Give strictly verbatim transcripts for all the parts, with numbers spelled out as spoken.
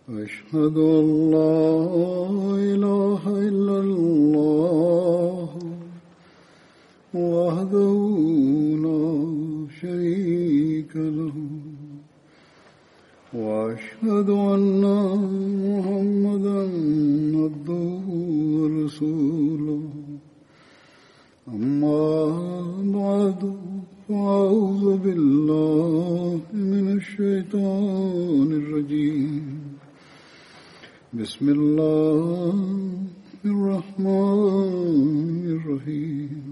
أشهد أن لا إله إلا الله وحده لا شريك له وأشهد أن محمدا عبده ورسوله أما بعد فأعوذ بالله من الشيطان الرجيم بسم الله الرحمن الرحيم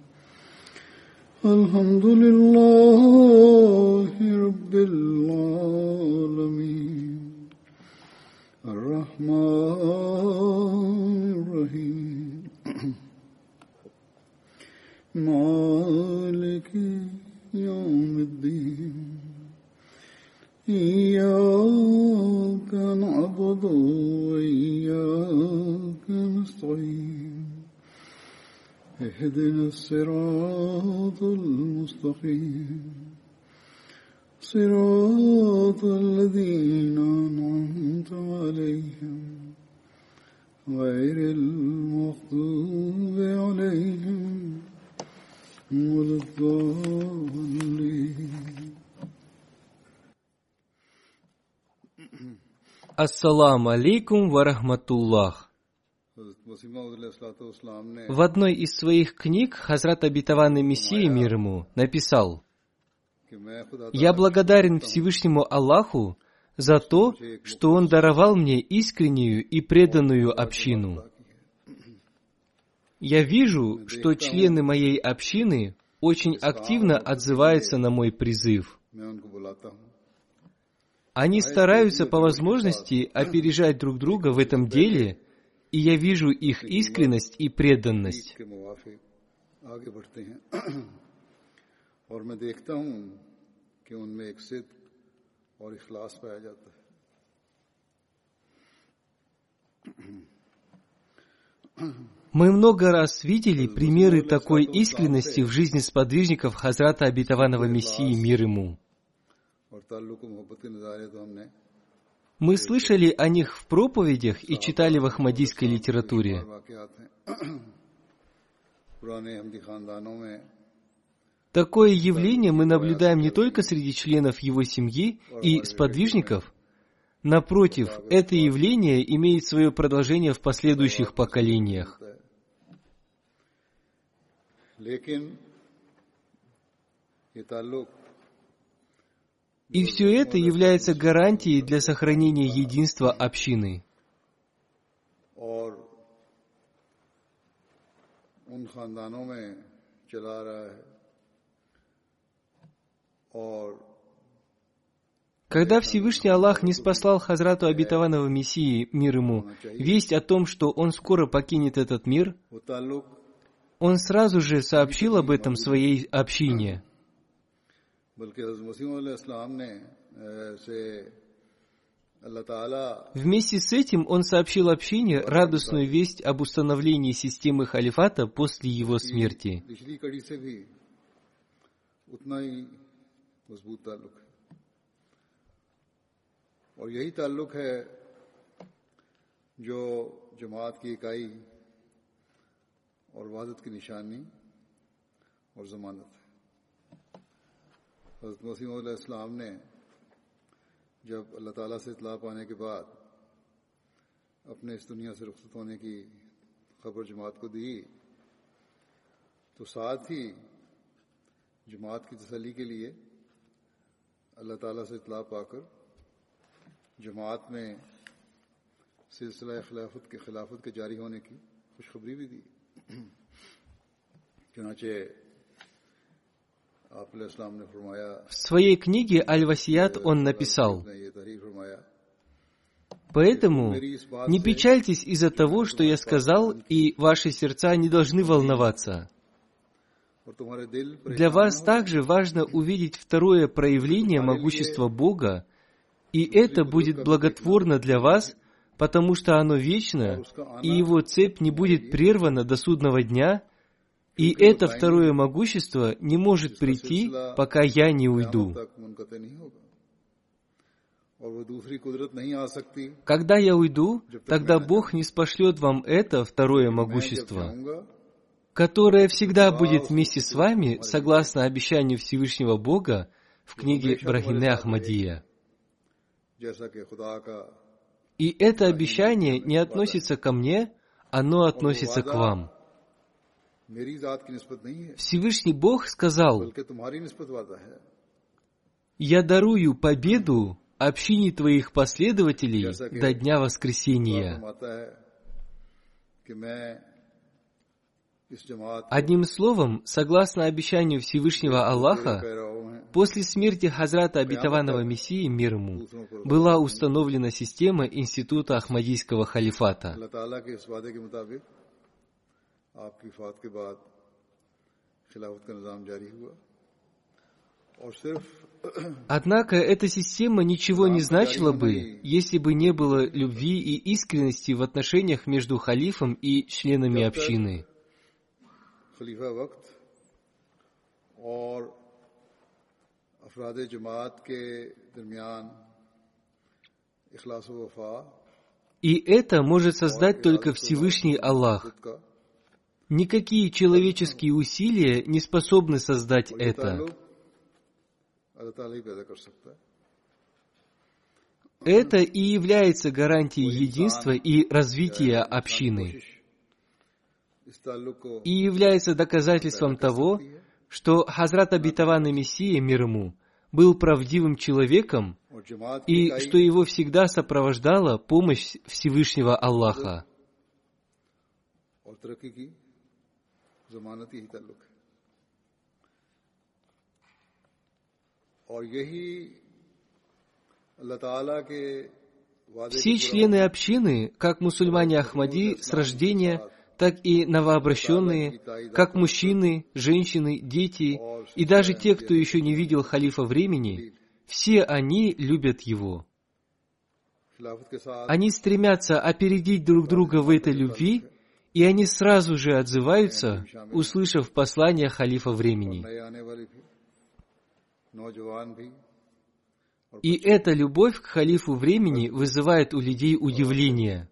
الحمد لله رب العالمين الرحمن الرحيم مالك يوم الدين إياك نعبد وإياك نستعين اهدنا الصراط المستقيم صراط الذين أنعمت عليهم غير المغضوب عليهم ولا الضالين. Ассаламу алейкум ва рахматуллах. В одной из своих книг Хазрат Обетованный Мессия, мир ему, написал: «Я благодарен Всевышнему Аллаху за то, что Он даровал мне искреннюю и преданную общину. Я вижу, что члены моей общины очень активно отзываются на мой призыв. Они стараются по возможности опережать друг друга в этом деле, и я вижу их искренность и преданность. Мы много раз видели примеры такой искренности в жизни сподвижников Хазрата Обетованного Мессии, мир ему. Мы слышали о них в проповедях и читали в ахмадийской литературе. Такое явление мы наблюдаем не только среди членов его семьи и сподвижников. Напротив, это явление имеет свое продолжение в последующих поколениях. И все это является гарантией для сохранения единства общины. Когда Всевышний Аллах не спаслал Хазрату Обетованного Мессии, мир ему, весть о том, что он скоро покинет этот мир, он сразу же сообщил об этом своей общине. Вместе с этим он сообщил общине радостную весть об установлении системы халифата после его смерти. हज़रत मसीह मौद अलैहिस्सलाम ने जब अल्लाह ताला से इत्तला पाने के बाद अपने इस दुनिया से रुखसत होने की खबर जमात को दी, तो साथ ही जमात की तसल्ली के लिए अल्लाह ताला से इत्तला पाकर जमात में सिलसिला खिलाफत के खिलाफत के जारी होने की खुशखबरी भी दी। चुनांचे в своей книге «Аль-Васият» он написал: «Поэтому не печальтесь из-за того, что я сказал, и ваши сердца не должны волноваться. Для вас также важно увидеть второе проявление могущества Бога, и это будет благотворно для вас, потому что оно вечно, и его цепь не будет прервана до судного дня, и это второе могущество не может прийти, пока я не уйду». Когда я уйду, тогда Бог не спошлет вам это второе могущество, которое всегда будет вместе с вами, согласно обещанию Всевышнего Бога в книге Брахине Ахмадия. И это обещание не относится ко мне, оно относится к вам. Всевышний Бог сказал: «Я дарую победу общине твоих последователей до дня воскресения». Одним словом, согласно обещанию Всевышнего Аллаха, после смерти Хазрата Обетованного Мессии, мир ему, была установлена система института Ахмадийского халифата. Однако эта система ничего не значила бы, если бы не было любви и искренности в отношениях между халифом и членами общины. खलीफा वक्त और अफराद जमात के दरमियान इखलास व वफा. И это может создать только Всевышний Аллах. Никакие человеческие усилия не способны создать это. Это и является гарантией единства и развития общины. И является доказательством того, что Хазрат Обетованный Мессия, мир ему, был правдивым человеком, и что его всегда сопровождала помощь Всевышнего Аллаха. Все члены общины, как мусульмане Ахмади с рождения, так и новообращенные, как мужчины, женщины, дети, и даже те, кто еще не видел халифа времени, все они любят его. Они стремятся опередить друг друга в этой любви, и они сразу же отзываются, услышав послание халифа времени. И эта любовь к халифу времени вызывает у людей удивление.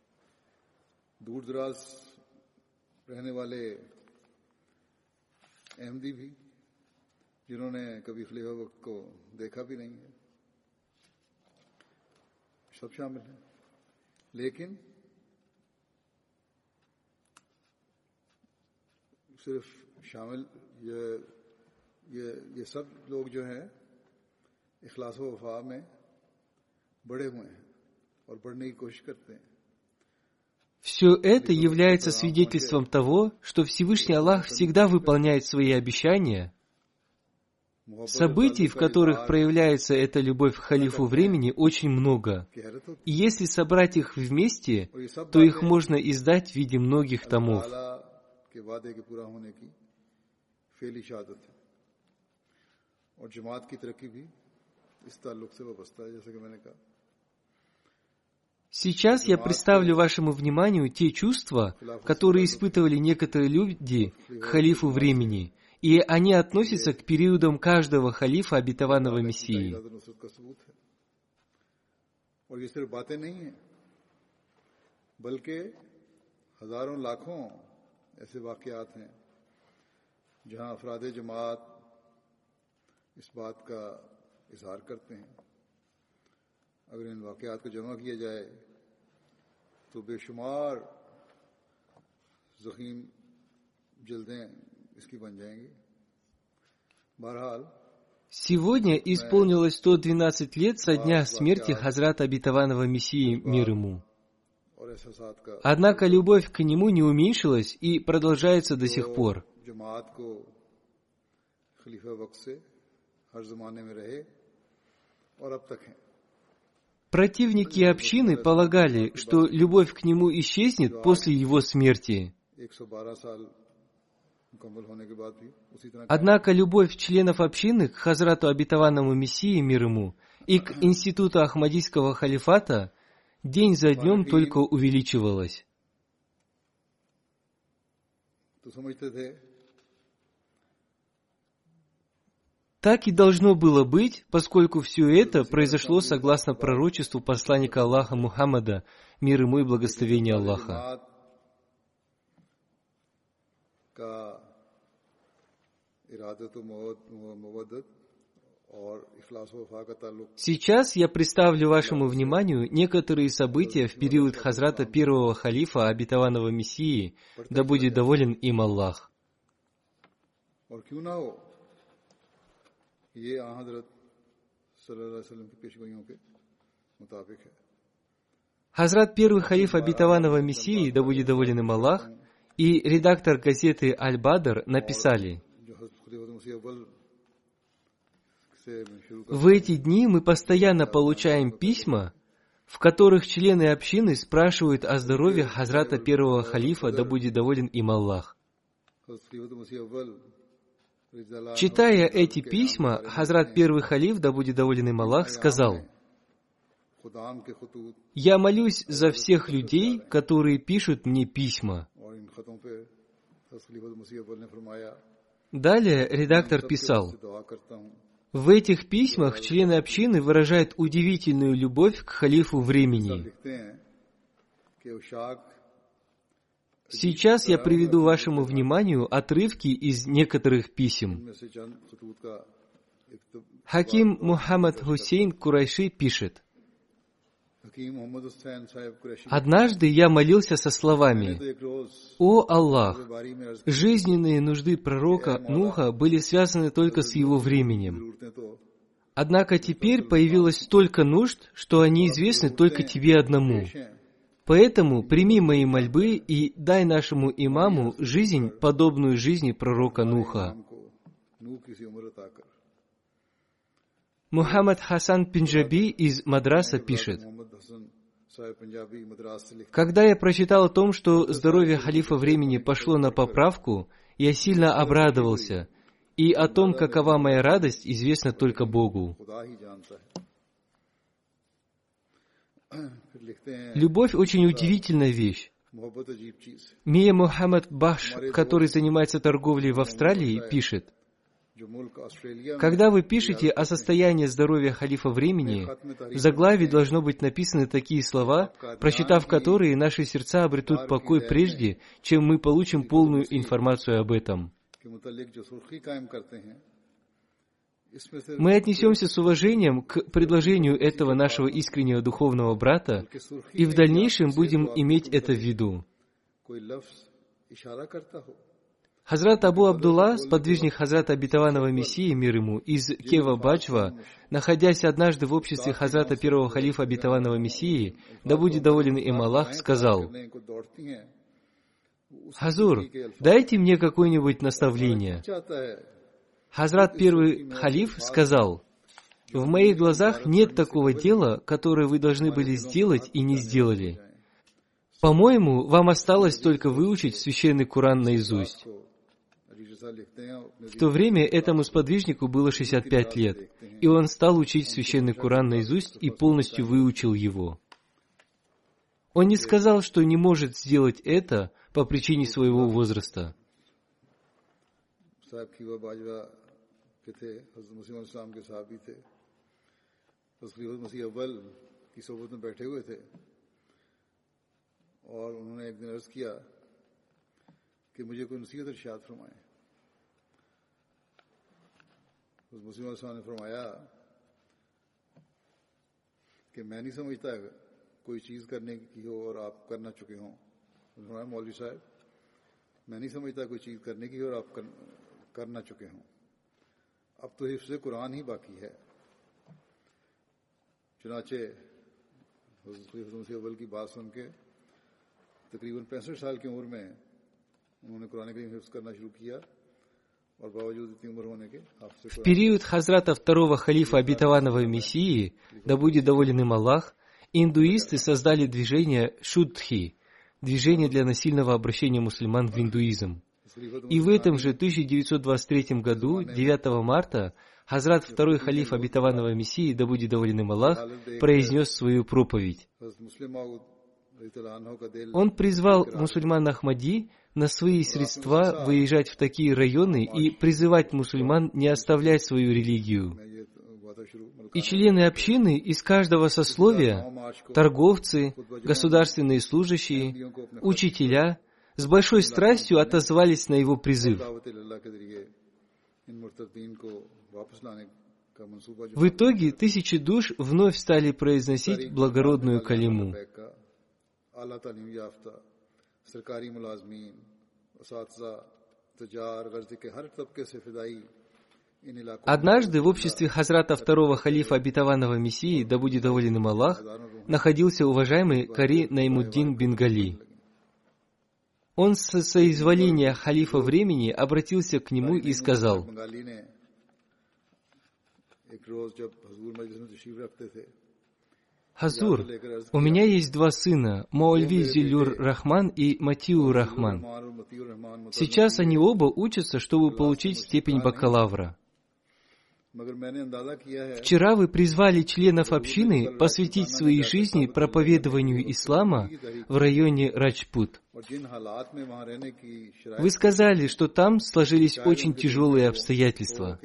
रहने वाले अहमदी भी, जिन्होंने कभी खलीफा वक्त को देखा भी नहीं है, सब शामिल हैं। लेकिन सिर्फ शामिल ये ये ये सब लोग जो हैं इखलास व वफा में बड़े हुए हैं और बढ़ने की कोशिश करते हैं. Все это является свидетельством того, что Всевышний Аллах всегда выполняет свои обещания. Событий, в которых проявляется эта любовь к халифу времени, очень много. И если собрать их вместе, то их можно издать в виде многих томов. Сейчас я представлю вашему вниманию те чувства, которые испытывали некоторые люди к халифу времени, и они относятся к периодам каждого халифа Обетованного Мессии. अगर इन वाक़यात को जमा किया जाए तो बेशुमार ज़ख़ीम जल्दें इसकी बन जाएंगी. बहरहाल, сегодня исполнилось сто двенадцать лет со дня смерти Хазрата Обетованного Мессии, мир ему. Однако любовь к нему не уменьшилась и продолжается до сих пор. Противники общины полагали, что любовь к нему исчезнет после его смерти. Однако любовь членов общины к Хазрату Обетованному Мессии, мир ему, и к институту Ахмадийского халифата день за днем только увеличивалась. Так и должно было быть, поскольку все это произошло согласно пророчеству посланника Аллаха Мухаммада, мир ему и благословение Аллаха. Сейчас я представлю вашему вниманию некоторые события в период хазрата первого халифа, обетованного Мессии, да будет доволен им Аллах. Хазрат первый халиф обетованного Мессии, да будет доволен им Аллах, и редактор газеты «Аль-Бадр» написали: в эти дни мы постоянно получаем письма, в которых члены общины спрашивают о здоровье хазрата первого халифа, да будет доволен им Аллах. Читая эти письма, хазрат первый халиф, да будет доволен им Аллах, сказал: «Я молюсь за всех людей, которые пишут мне письма». Далее редактор писал: в этих письмах члены общины выражают удивительную любовь к халифу времени. Сейчас я приведу вашему вниманию отрывки из некоторых писем. Хаким Мухаммад Хусейн Курайши пишет: «Однажды я молился со словами: «О Аллах, жизненные нужды пророка Нуха были связаны только с его временем. Однако теперь появилось столько нужд, что они известны только тебе одному. Поэтому прими мои мольбы и дай нашему имаму жизнь, подобную жизни пророка Нуха». Мухаммад Хасан Пинджаби из Мадраса пишет: «Когда я прочитал о том, что здоровье халифа времени пошло на поправку, я сильно обрадовался, и о том, какова моя радость, известно только Богу». Любовь очень удивительная вещь. Мия Мухаммад Бахш, который занимается торговлей в Австралии, пишет: когда вы пишете о состоянии здоровья халифа времени, в заглавии должно быть написаны такие слова, прочитав которые, наши сердца обретут покой прежде, чем мы получим полную информацию об этом. Мы отнесемся с уважением к предложению этого нашего искреннего духовного брата и в дальнейшем будем иметь это в виду. Хазрат Абу Абдулла, сподвижник хазрата обетованного Мессии, мир ему, из Кева Баджва, находясь однажды в обществе хазрата первого халифа обетованного Мессии, да будет доволен им Аллах, сказал: «Хазур, дайте мне какое-нибудь наставление». Хазрат первый халиф сказал: «В моих глазах нет такого дела, которое вы должны были сделать и не сделали. По-моему, вам осталось только выучить священный Коран наизусть». В то время этому сподвижнику было шестьдесят пять лет, и он стал учить священный Коран наизусть и полностью выучил его. Он не сказал, что не может сделать это по причине своего возраста. मुस्लिम ने फरमाया कि मैं नहीं समझता कोई चीज़ करने की हो और आप करना चुके हों। फरमाया मौलवी साहब, मैं नहीं समझता कोई चीज़ करने की हो और आप कर, करना चुके हों। अब तो हिफ्ज़ कुरान ही बाकी है। चुनाचे हज़रत मसीह अव्वल की बात सुन के तकरीबन पैंसठ साल की उम्र में उन्होंने कुरान करीम हिफ्ज़ करना शुरू किया। В период хазрата второго халифа обетованного Мессии, да будет доволен им Аллах, индуисты создали движение Шуддхи, движение для насильного обращения мусульман в индуизм. И в этом же тысяча девятьсот двадцать третьем году, девятого марта, хазрат второй халиф обетованного Мессии, да будет доволен им Аллах, произнес свою проповедь. Он призвал мусульман Ахмади на свои средства выезжать в такие районы и призывать мусульман не оставлять свою религию. И члены общины из каждого сословия, торговцы, государственные служащие, учителя, с большой страстью отозвались на его призыв. В итоге тысячи душ вновь стали произносить благородную калиму. Однажды в обществе хазрата второго халифа обетованного Мессии, да будет доволен им Аллах, находился уважаемый Кари Наймуддин бин Гали. Он со соизволения халифа времени обратился к нему и сказал: «Хазур, у меня есть два сына, Маульви Зилюр Рахман и Матиу Рахман. Сейчас они оба учатся, чтобы получить степень бакалавра. Вчера вы призвали членов общины посвятить свои жизни проповедованию ислама в районе Раджпут. Вы сказали, что там сложились очень тяжелые обстоятельства.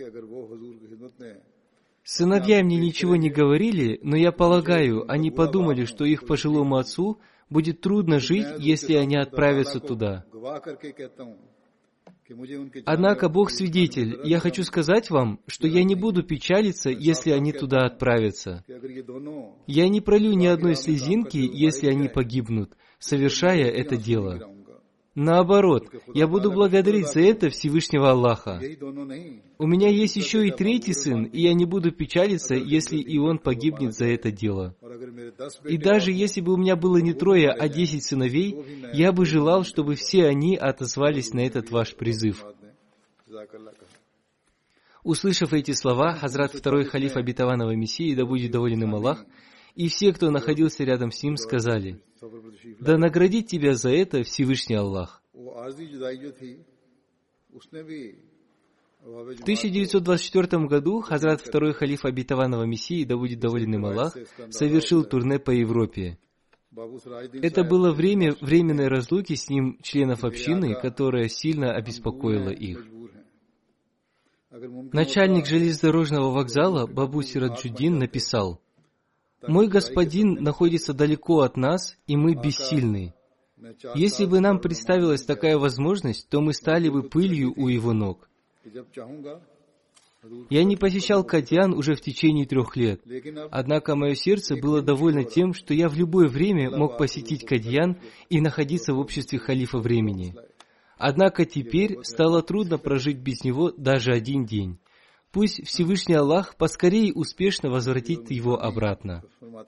Сыновья мне ничего не говорили, но я полагаю, они подумали, что их пожилому отцу будет трудно жить, если они отправятся туда. Однако Бог свидетель, я хочу сказать вам, что я не буду печалиться, если они туда отправятся. Я не пролью ни одной слезинки, если они погибнут, совершая это дело. Наоборот, я буду благодарить за это Всевышнего Аллаха. У меня есть еще и третий сын, и я не буду печалиться, если и он погибнет за это дело. И даже если бы у меня было не трое, а десять сыновей, я бы желал, чтобы все они отозвались на этот ваш призыв». Услышав эти слова, хазрат второй халиф обетованного Мессии, да будет доволен им Аллах, и все, кто находился рядом с ним, сказали: «Да наградит тебя за это Всевышний Аллах». В тысяча девятьсот двадцать четвёртом году хазрат второй халиф обетованного Мессии, да будет доволен им Аллах, совершил турне по Европе. Это было время временной разлуки с ним членов общины, которая сильно обеспокоила их. Начальник железнодорожного вокзала Бабу Сираджуддин написал: «Мой господин находится далеко от нас, и мы бессильны. Если бы нам представилась такая возможность, то мы стали бы пылью у его ног. Я не посещал Кадьян уже в течение трех лет, однако мое сердце было довольно тем, что я в любое время мог посетить Кадьян и находиться в обществе халифа времени. Однако теперь стало трудно прожить без него даже один день. Пусть Всевышний Аллах поскорее успешно возвратит его обратно».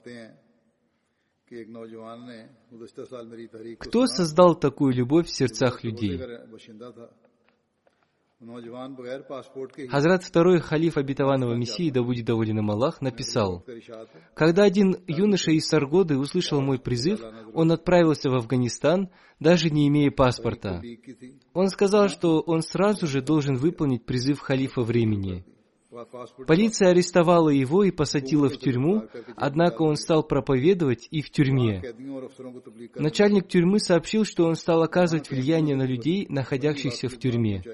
Кто создал такую любовь в сердцах людей? Хазрат второй халиф обетованного Мессии, да будет доволен им Аллах, написал: «Когда один юноша из Саргоды услышал мой призыв, он отправился в Афганистан, даже не имея паспорта. Он сказал, что он сразу же должен выполнить призыв халифа времени. Полиция арестовала его и посадила в тюрьму, однако он стал проповедовать и в тюрьме. Начальник тюрьмы сообщил, что он стал оказывать влияние на людей, находящихся в тюрьме.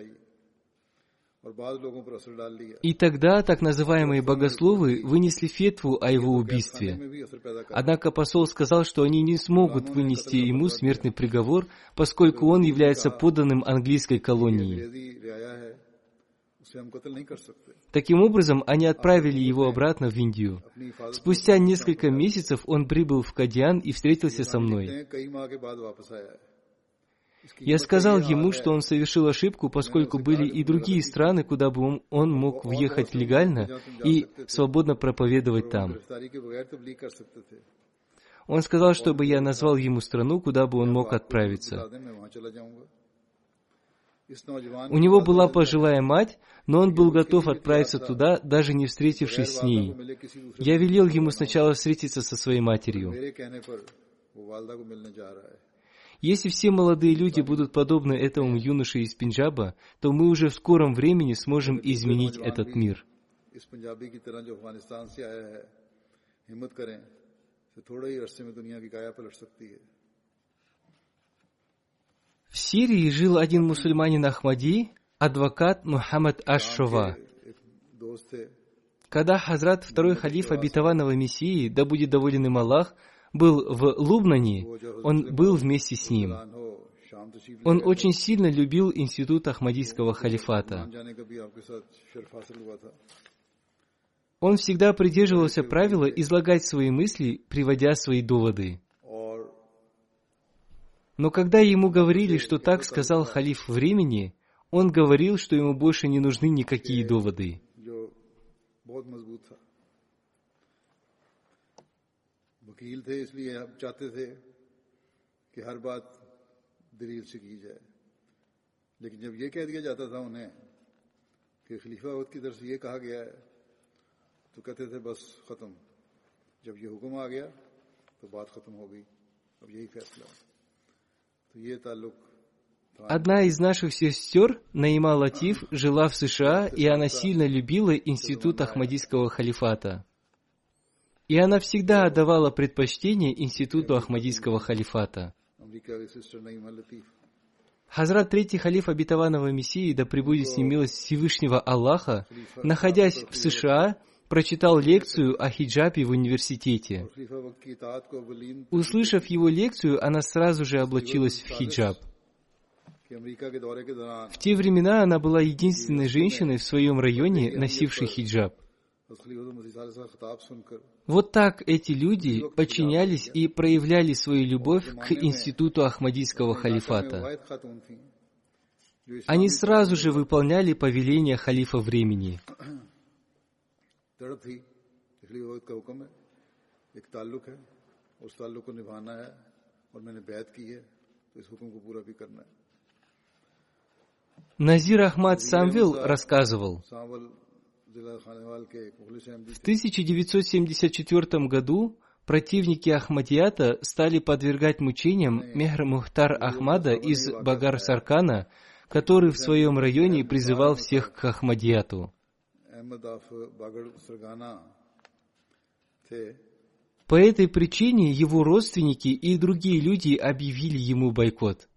И тогда так называемые богословы вынесли фетву о его убийстве. Однако посол сказал, что они не смогут вынести ему смертный приговор, поскольку он является подданным английской колонии. Таким образом, они отправили его обратно в Индию. Спустя несколько месяцев он прибыл в Кадьян и встретился со мной. Я сказал ему, что он совершил ошибку, поскольку были и другие страны, куда бы он мог въехать легально и свободно проповедовать там. Он сказал, чтобы я назвал ему страну, куда бы он мог отправиться. У него была пожилая мать, но он был готов отправиться туда, даже не встретившись с ней. Я велел ему сначала встретиться со своей матерью. Если все молодые люди будут подобны этому юноше из Пенджаба, то мы уже в скором времени сможем изменить этот мир. Сирии жил один мусульманин Ахмади, адвокат Мухаммад Аш-Шова. Когда Хазрат, второй халиф обетованного Мессии, да будет доволен им Аллах, был в Лубнане, он был вместе с ним. Он очень сильно любил институт Ахмадийского халифата. Он всегда придерживался правила излагать свои мысли, приводя свои доводы. Но когда ему говорили, что так сказал халиф времени, он говорил, что ему больше не нужны никакие доводы. Одна из наших сестер, Наима Латиф, жила в США, и она сильно любила институт Ахмадийского халифата. И она всегда отдавала предпочтение институту Ахмадийского халифата. Хазрат третий халиф обетованного Мессии, да пребудет с ним милость Всевышнего Аллаха, находясь в США, прочитал лекцию о хиджабе в университете. Услышав его лекцию, она сразу же облачилась в хиджаб. В те времена она была единственной женщиной в своем районе, носившей хиджаб. Вот так эти люди подчинялись и проявляли свою любовь к институту Ахмадийского халифата. Они сразу же выполняли повеления халифа времени. Назир Ахмад Самвел рассказывал, в тысяча девятьсот семьдесят четвёртом году противники Ахмадията стали подвергать мучениям Мехр Мухтар Ахмада из Багар-Саркана, который в своем районе призывал всех к Ахмадияту. По этой причине его родственники и другие люди объявили ему бойкот.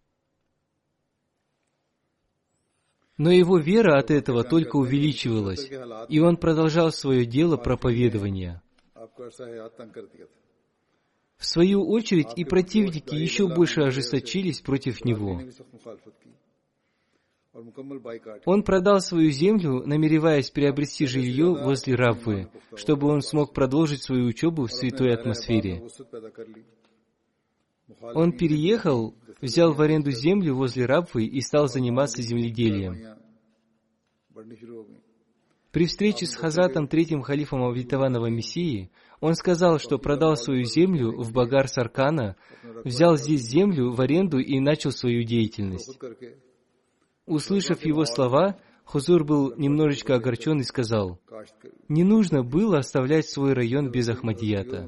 Но его вера от этого только увеличивалась, и он продолжал свое дело проповедования. В свою очередь и противники еще больше ожесточились против него. Он продал свою землю, намереваясь приобрести жилье возле Рабвы, чтобы он смог продолжить свою учебу в святой атмосфере. Он переехал, взял в аренду землю возле Рабвы и стал заниматься земледелием. При встрече с Хазратом третьим халифом обетованного Мессии, он сказал, что продал свою землю в Багар-Саркана, взял здесь землю в аренду и начал свою деятельность. Услышав его слова, Хузур был немножечко огорчен и сказал, «Не нужно было оставлять свой район без Ахмадията».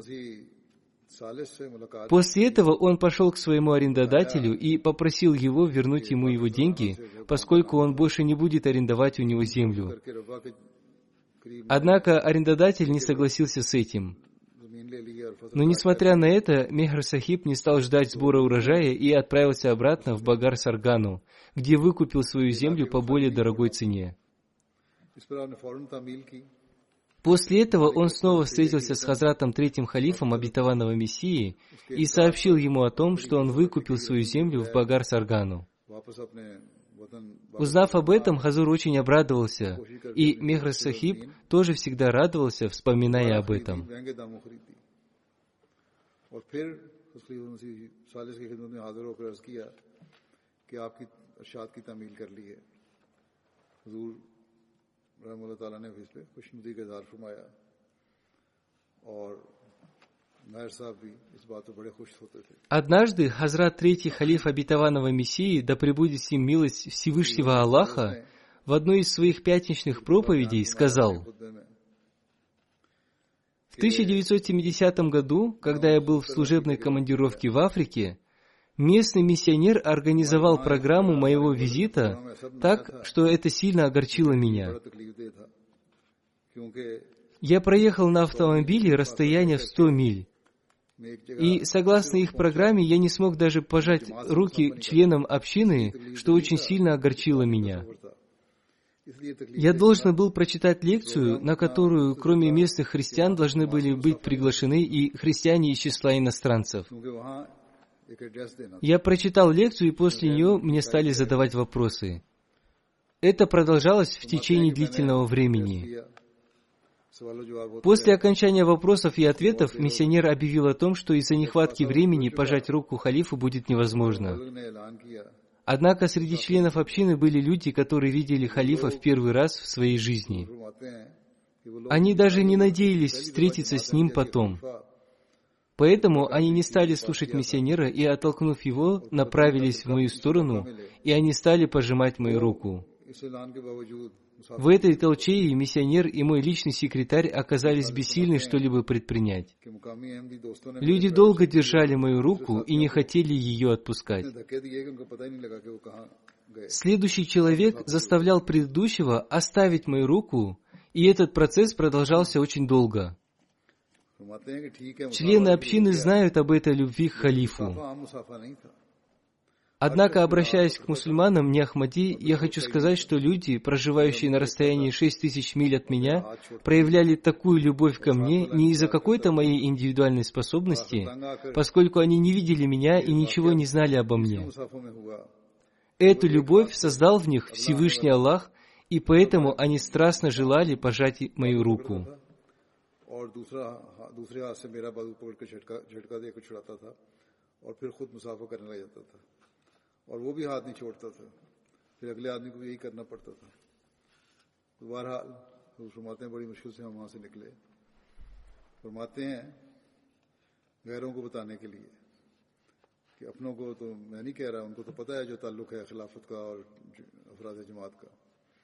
После этого он пошел к своему арендодателю и попросил его вернуть ему его деньги, поскольку он больше не будет арендовать у него землю. Однако арендодатель не согласился с этим. Но несмотря на это, Мехр Сахиб не стал ждать сбора урожая и отправился обратно в Багар-Саргану, где выкупил свою землю по более дорогой цене. После этого он снова встретился с Хазратом третьим халифом обетованного Мессии и сообщил ему о том, что он выкупил свою землю в Багар-Саргану. Узнав об этом, Хазур очень обрадовался, и Мехр Сахиб тоже всегда радовался, вспоминая об этом. Однажды Хазрат третий халиф обетованного Мессии, да пребудет с ним милость Всевышнего Аллаха, в одной из своих пятничных проповедей сказал: в тысяча девятьсот семидесятом году, когда я был в служебной командировке в Африке, местный миссионер организовал программу моего визита так, что это сильно огорчило меня. Я проехал на автомобиле расстояние в сто миль. И согласно их программе, я не смог даже пожать руки членам общины, что очень сильно огорчило меня. Я должен был прочитать лекцию, на которую, кроме местных христиан, должны были быть приглашены и христиане из числа иностранцев. Я прочитал лекцию, и после нее мне стали задавать вопросы. Это продолжалось в течение длительного времени. После окончания вопросов и ответов миссионер объявил о том, что из-за нехватки времени пожать руку халифу будет невозможно. Однако среди членов общины были люди, которые видели халифа в первый раз в своей жизни. Они даже не надеялись встретиться с ним потом. Поэтому они не стали слушать миссионера и, оттолкнув его, направились в мою сторону, и они стали пожимать мою руку. В этой толчее и миссионер, и мой личный секретарь оказались бессильны что-либо предпринять. Люди долго держали мою руку и не хотели ее отпускать. Следующий человек заставлял предыдущего оставить мою руку, и этот процесс продолжался очень долго. Члены общины знают об этой любви к халифу. Однако, обращаясь к мусульманам, не Ахмади, я хочу сказать, что люди, проживающие на расстоянии шесть тысяч миль от меня, проявляли такую любовь ко мне не из-за какой-то моей индивидуальной способности, поскольку они не видели меня и ничего не знали обо мне. Эту любовь создал в них Всевышний Аллах, и поэтому они страстно желали пожать мою руку. और वो भी हाथ नहीं छोड़ता था, फिर अगले आदमी को यही करना पड़ता था। तो बहरहाल वो फरमाते हैं बड़ी मुश्किल से हम वहाँ से निकले। फरमाते हैं गैरों को बताने के लिए कि अपनों को तो मैं नहीं कह रहा, उनको तो पता है जो ताल्लुक है खिलाफत का और अफराद जमात का।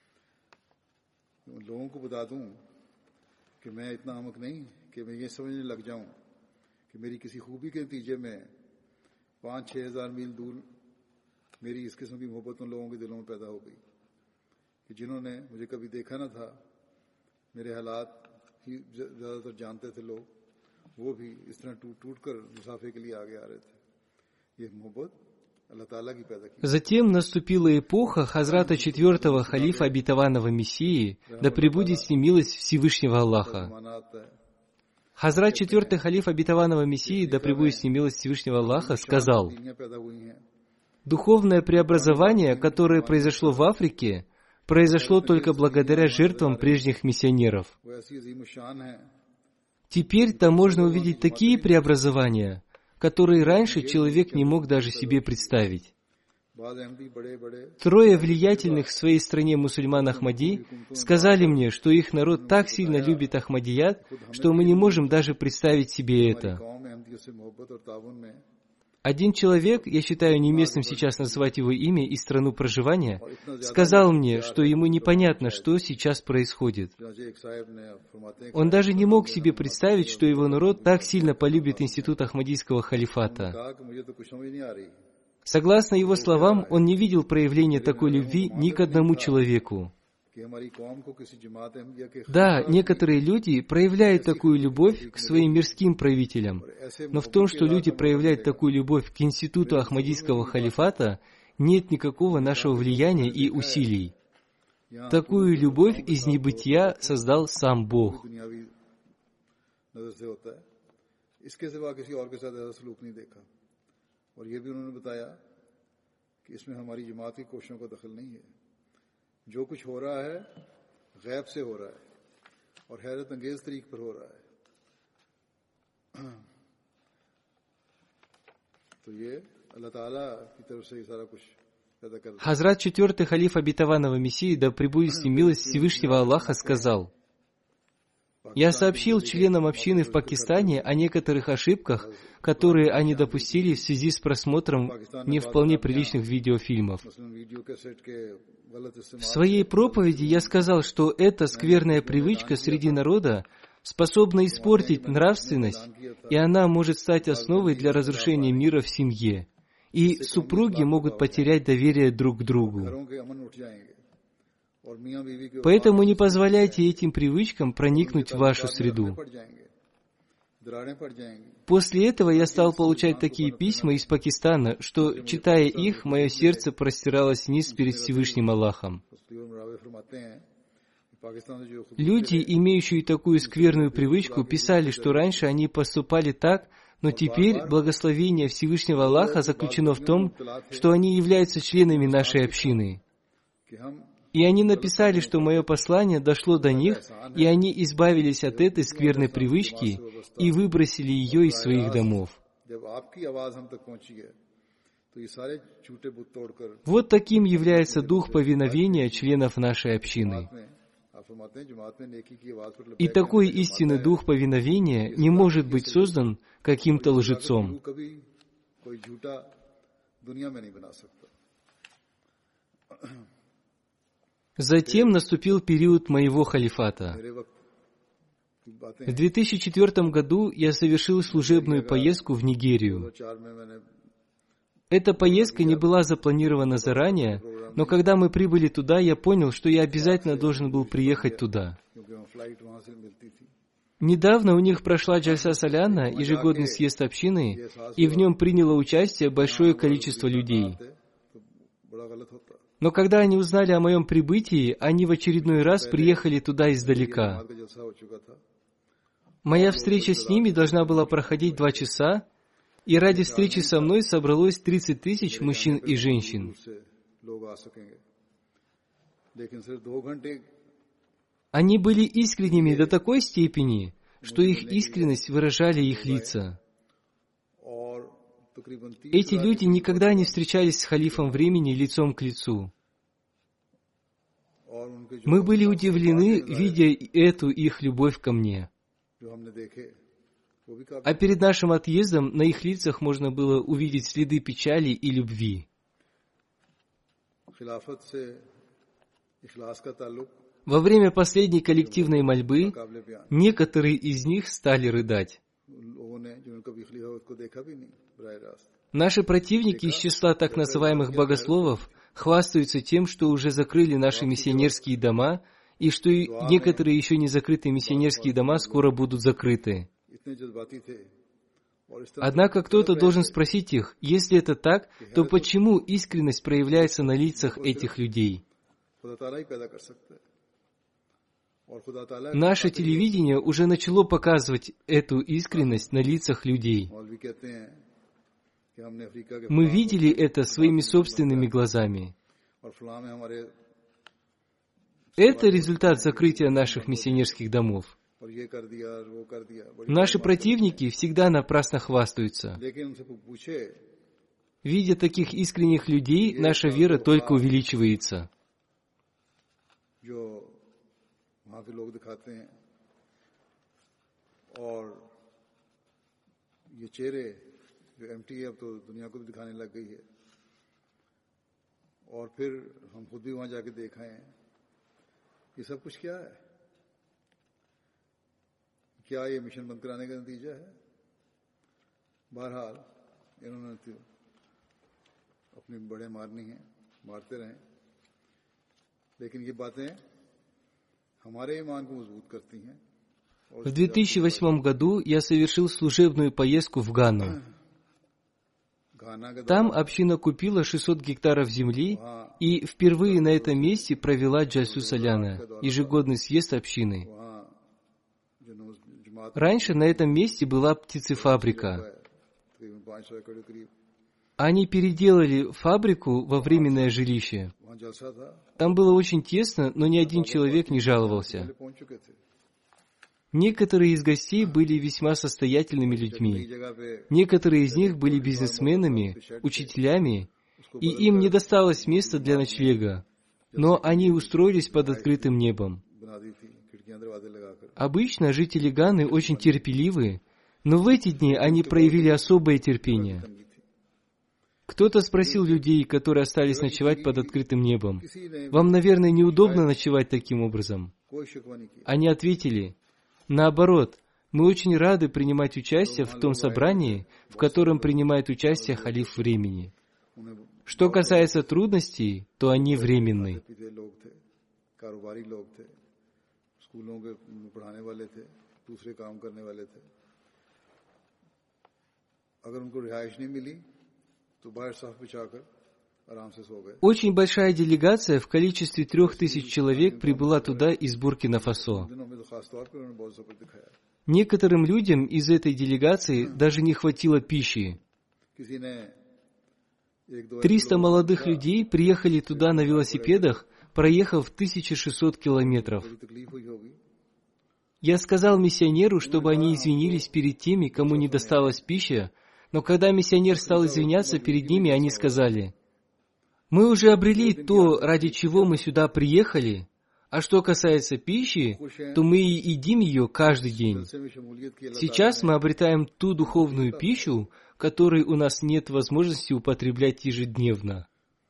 उन लोगों को बता दूं कि मैं इतना अहमक नहीं कि मैं ये समझने लग जाऊं कि मेरी किसी खूबी के नतीजे में पाँच छः हजार मील दूर मेरी इस किस्म की मोहब्बत उन लोगों के दिलों में पैदा हो गई कि जिन्होंने मुझे कभी देखा न था, मेरे हालात ही ज़्यादातर जानते थे लोग, वो भी इस तरह टूट टूट कर मुसाफे के लिए आगे आ रहे थे। ये मोहब्बत अल्लाह ताला की पैदा की। Затем наступила эпоха Хазрата четвертого халифа обетованного Мессии, да пребудет с ним милость Всевышнего Аллаха. Хазрат четвертый халиф обетованного Мессии, да пребудет с ним милость Всевышнего Аллаха, сказал: духовное преобразование, которое произошло в Африке, произошло только благодаря жертвам прежних миссионеров. Теперь там можно увидеть такие преобразования, которые раньше человек не мог даже себе представить. Трое влиятельных в своей стране мусульман Ахмади сказали мне, что их народ так сильно любит Ахмадият, что мы не можем даже представить себе это. Один человек, я считаю неуместным сейчас называть его имя и страну проживания, сказал мне, что ему непонятно, что сейчас происходит. Он даже не мог себе представить, что его народ так сильно полюбит институт Ахмадийского халифата. Согласно его словам, он не видел проявления такой любви ни к одному человеку. Да, некоторые люди проявляют такую любовь к своим мирским правителям, но в том, что люди проявляют такую любовь к институту Ахмадийского халифата, нет никакого нашего влияния и усилий. Такую любовь из небытия создал сам Бог. जो कुछ हो रहा है गैब से हो रहा है और हैरत अंगेज तरीक पर हो रहा है। तो ये अल्लाह ताला की तरफ से ये सारा कुछ पैदा कर। Хазрат четвертый халиф обетованного Мессии, да пребудет с ним милость Всевышнего Аллаха, сказал: я сообщил членам общины в Пакистане о некоторых ошибках, которые они допустили в связи с просмотром не вполне приличных видеофильмов. В своей проповеди я сказал, что эта скверная привычка среди народа способна испортить нравственность, и она может стать основой для разрушения мира в семье, и супруги могут потерять доверие друг к другу. Поэтому не позволяйте этим привычкам проникнуть в вашу среду. После этого я стал получать такие письма из Пакистана, что, читая их, мое сердце простиралось вниз перед Всевышним Аллахом. Люди, имеющие такую скверную привычку, писали, что раньше они поступали так, но теперь благословение Всевышнего Аллаха заключено в том, что они являются членами нашей общины. И они написали, что мое послание дошло до них, и они избавились от этой скверной привычки и выбросили ее из своих домов. Вот таким является дух повиновения членов нашей общины. И такой истинный дух повиновения не может быть создан каким-то лжецом. Затем наступил период моего халифата. В две тысячи четвёртом году я совершил служебную поездку в Нигерию. Эта поездка не была запланирована заранее, но когда мы прибыли туда, я понял, что я обязательно должен был приехать туда. Недавно у них прошла Джальса Саляна, ежегодный съезд общины, и в нем приняло участие большое количество людей. Но когда они узнали о моем прибытии, они в очередной раз приехали туда издалека. Моя встреча с ними должна была проходить два часа, и ради встречи со мной собралось тридцать тысяч мужчин и женщин. Они были искренними до такой степени, что их искренность выражали их лица. Эти люди никогда не встречались с халифом времени лицом к лицу. Мы были удивлены, видя эту их любовь ко мне. А перед нашим отъездом на их лицах можно было увидеть следы печали и любви. Во время последней коллективной мольбы некоторые из них стали рыдать. Наши противники из числа так называемых богословов хвастаются тем, что уже закрыли наши миссионерские дома, и что некоторые еще не закрытые миссионерские дома скоро будут закрыты. Однако кто-то должен спросить их, если это так, то почему искренность проявляется на лицах этих людей? Наше телевидение уже начало показывать эту искренность на лицах людей. Мы видели это своими собственными глазами. Это результат закрытия наших миссионерских домов. Наши противники всегда напрасно хвастаются. Видя таких искренних людей, наша вера только увеличивается. क्या ये मिशन बंद कराने का नतीजा है? बहरहाल इन्होंने तो अपनी बड़े मारनी है, मारते रहें, लेकिन ये बातें हमारे ईमान को मजबूत करती हैं. В две тысячи восьмом году я совершил служебную поездку в Гану. Там община купила шестьсот гектаров земли и впервые на этом месте провела Джальсу Саляна, ежегодный съезд общины. Раньше на этом месте была птицефабрика. Они переделали фабрику во временное жилище. Там было очень тесно, но ни один человек не жаловался. Некоторые из гостей были весьма состоятельными людьми. Некоторые из них были бизнесменами, учителями, и им не досталось места для ночлега, но они устроились под открытым небом. Обычно жители Ганы очень терпеливы, но в эти дни они проявили особое терпение. Кто-то спросил людей, которые остались ночевать под открытым небом: «Вам, наверное, неудобно ночевать таким образом?» Они ответили: «Наоборот, мы очень рады принимать участие в том собрании, в котором принимает участие халиф времени. Что касается трудностей, то они временны». Очень большая делегация в количестве трех тысяч человек прибыла туда из Буркина-Фасо. Некоторым людям из этой делегации даже не хватило пищи. Триста молодых людей приехали туда на велосипедах, проехав тысяча шестьсот километров. Я сказал миссионеру, чтобы они извинились перед теми, кому не досталась пища, но когда миссионер стал извиняться перед ними, они сказали: «Мы уже обрели то, ради чего мы сюда приехали, а что касается пищи, то мы и едим ее каждый день. Сейчас мы обретаем ту духовную пищу, которой у нас нет возможности употреблять ежедневно».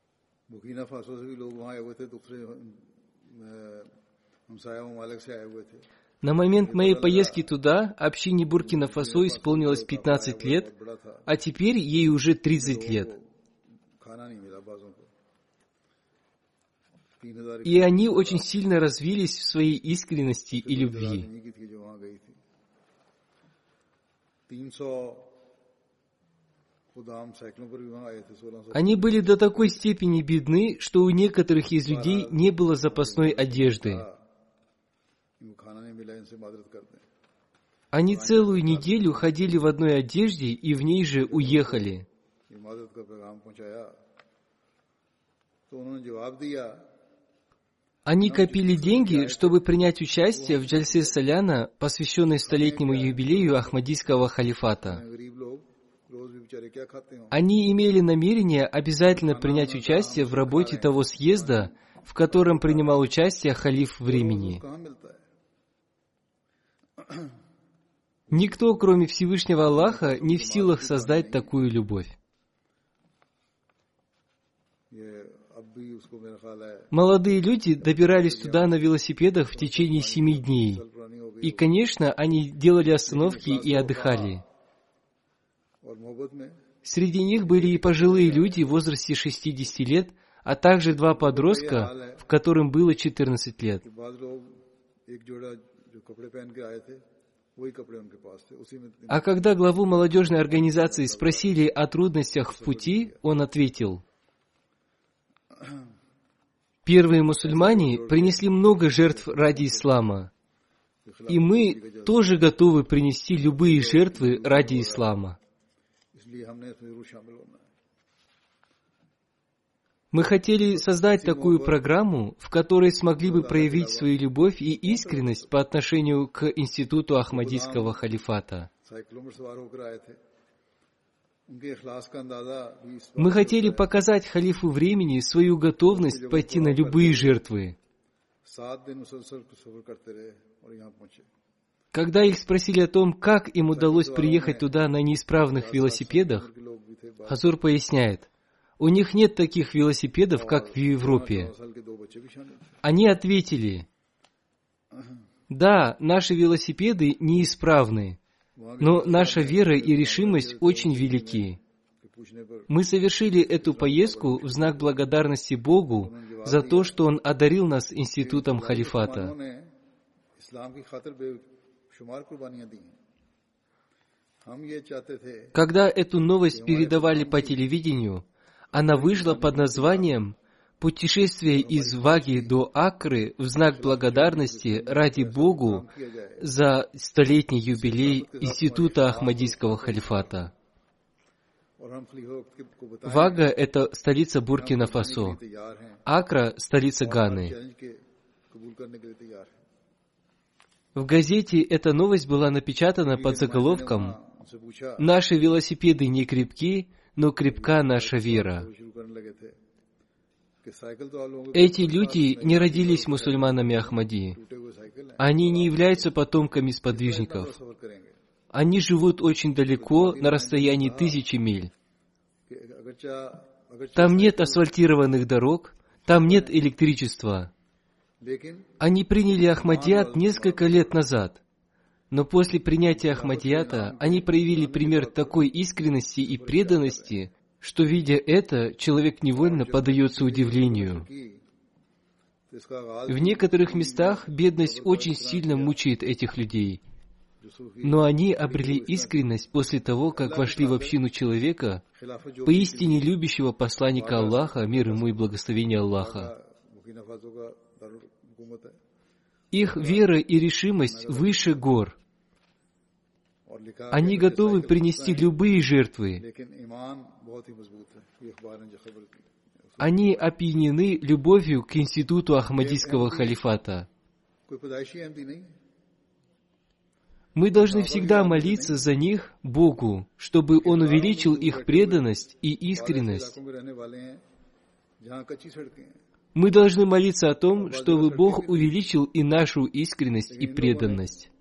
На момент моей поездки туда общине Буркина-Фасо исполнилось пятнадцать лет, а теперь ей уже тридцать лет. И они очень сильно развились в своей искренности и любви. Они были до такой степени бедны, что у некоторых из людей не было запасной одежды. Они целую неделю ходили в одной одежде и в ней же уехали. Они копили деньги, чтобы принять участие в Джальсе Саляна, посвященной столетнему юбилею Ахмадийского халифата. Они имели намерение обязательно принять участие в работе того съезда, в котором принимал участие халиф времени. Никто, кроме Всевышнего Аллаха, не в силах создать такую любовь. Молодые люди добирались туда на велосипедах в течение семи дней. И, конечно, они делали остановки и отдыхали. Среди них были и пожилые люди в возрасте шестидесяти лет, а также два подростка, в которым было четырнадцать лет. А когда главу молодежной организации спросили о трудностях в пути, он ответил: «Первые мусульмане принесли много жертв ради ислама, и мы тоже готовы принести любые жертвы ради ислама. Мы хотели создать такую программу, в которой смогли бы проявить свою любовь и искренность по отношению к институту Ахмадийского халифата. Мы хотели показать халифу времени свою готовность пойти на любые жертвы. Когда их спросили о том, как им удалось приехать туда на неисправных велосипедах, Хазур поясняет: у них нет таких велосипедов, как в Европе. Они ответили: да, наши велосипеды неисправны, но наша вера и решимость очень велики. Мы совершили эту поездку в знак благодарности Богу за то, что Он одарил нас институтом халифата. Когда эту новость передавали по телевидению, она вышла под названием «Путешествие из Ваги до Акры в знак благодарности ради Богу за столетний юбилей Института Ахмадийского халифата». Вага — это столица Буркина-Фасо, Акра — столица Ганы. В газете эта новость была напечатана под заголовком «Наши велосипеды не крепки, но крепка наша вера». Эти люди не родились мусульманами Ахмадии. Они не являются потомками сподвижников. Они живут очень далеко, на расстоянии тысячи миль. Там нет асфальтированных дорог, там нет электричества. Они приняли Ахмадият несколько лет назад. Но после принятия Ахмадията они проявили пример такой искренности и преданности, что, видя это, человек невольно поддается удивлению. В некоторых местах бедность очень сильно мучает этих людей. но они обрели искренность после того, как вошли в общину человека, поистине любящего посланника Аллаха, мир ему и благословение Аллаха. Их вера и решимость выше гор. Они готовы принести любые жертвы. Они опьянены любовью к институту Ахмадийского халифата. Мы должны всегда молиться за них Богу, чтобы Он увеличил их преданность и искренность. Мы должны молиться о том, чтобы Бог увеличил и нашу искренность и преданность.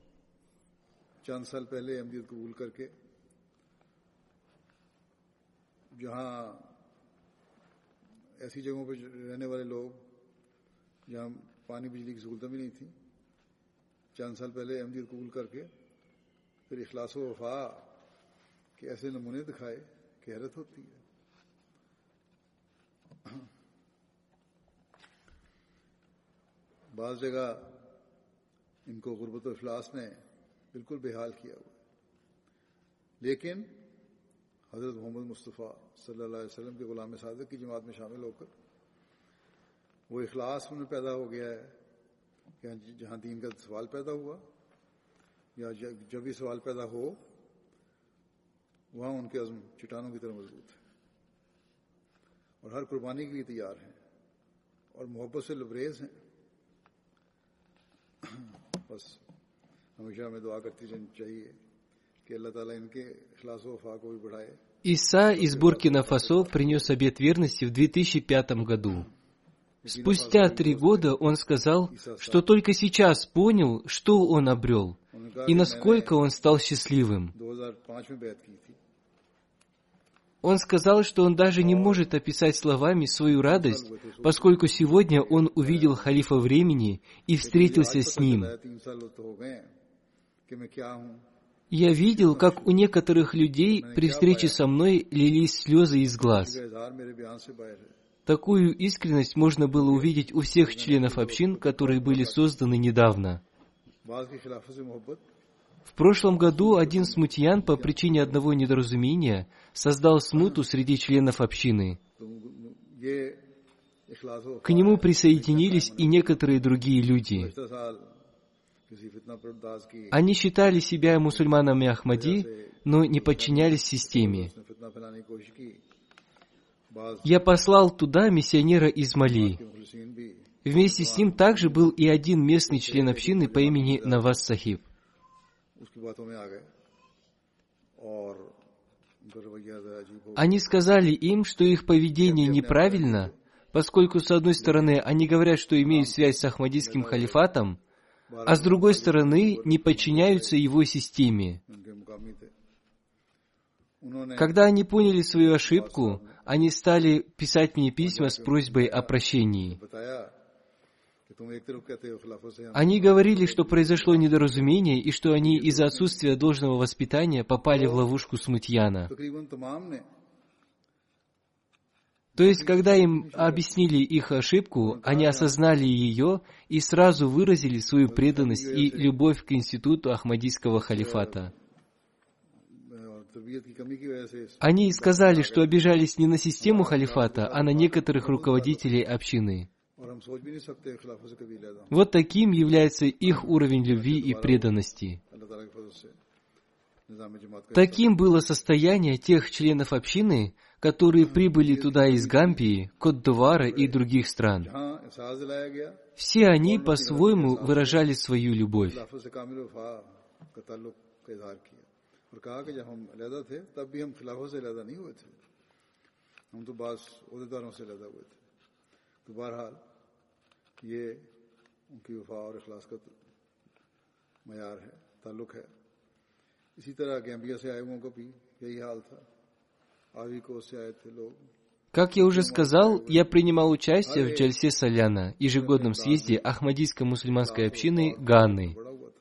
ऐसी जगहों पर रहने वाले लोग जहाँ पानी बिजली की सहूलत भी नहीं थी, चंद साल पहले अहमदियत कबूल करके फिर इखलास व वफा के ऐसे नमूने दिखाए कि हैरत होती है। बाज़ जगह इनको गुर्बत व इफलास ने बिल्कुल बेहाल किया हुआ, लेकिन हज़रत मोहम्मद मुस्तफ़ा सल्लल्लाहु अलैहि वसल्लम के गुलाम सादिक की जमात में शामिल होकर वो इखलास उनमें पैदा हो गया है कि जहाँ दीन का सवाल पैदा हुआ या जब भी सवाल पैदा हो वहाँ उनके अज़्म चट्टानों की तरह मजबूत है और हर कुर्बानी के लिए तैयार हैं और मोहब्बत से लबरेज हैं। बस हमेशा हमें दुआ करती रहनी चाहिए कि अल्लाह ताला इनके इखलास व वफा को भी बढ़ाए। Иса из Буркина-Фасо принес обет верности в две тысячи пятом году. Спустя три года он сказал, что только сейчас понял, что он обрел, и насколько он стал счастливым. Он сказал, что он даже не может описать словами свою радость, поскольку сегодня он увидел халифа времени и встретился с ним. Я видел, как у некоторых людей при встрече со мной лились слезы из глаз. Такую искренность можно было увидеть у всех членов общин, которые были созданы недавно. В прошлом году один смутьян по причине одного недоразумения создал смуту среди членов общины. К нему присоединились и некоторые другие люди. Они считали себя мусульманами Ахмади, но не подчинялись системе. Я послал туда миссионера из Мали. Вместе с ним также был и один местный член общины по имени Наваз Сахиб. Они сказали им, что их поведение неправильно, поскольку, с одной стороны, они говорят, что имеют связь с Ахмадийским халифатом, а с другой стороны, не подчиняются его системе. Когда они поняли свою ошибку, они стали писать мне письма с просьбой о прощении. Они говорили, что произошло недоразумение и что они из-за отсутствия должного воспитания попали в ловушку смутьяна. То есть, когда им объяснили их ошибку, они осознали ее и сразу выразили свою преданность и любовь к институту Ахмадийского халифата. Они сказали, что обижались не на систему халифата, а на некоторых руководителей общины. Вот таким является их уровень любви и преданности. Таким было состояние тех членов общины, которые прибыли туда из Гамбии, Кот-д'Ивуара и других стран. Все они по-своему выражали свою любовь. Как я уже сказал, я принимал участие в Джальсе Саляна, ежегодном съезде Ахмадийской мусульманской общины Ганны.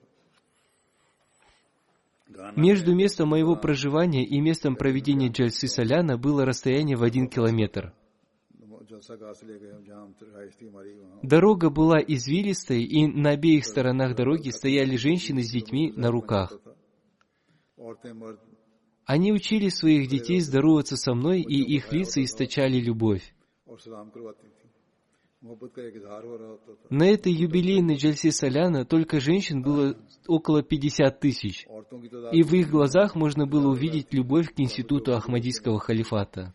Между местом моего проживания и местом проведения Джальсы Саляна было расстояние в один километр. Дорога была извилистой, и на обеих сторонах дороги стояли женщины с детьми на руках. Они учили своих детей здороваться со мной, и их лица источали любовь. На этой юбилейной джальсе Саляна только женщин было около пятьдесят тысяч, и в их глазах можно было увидеть любовь к институту Ахмадийского халифата.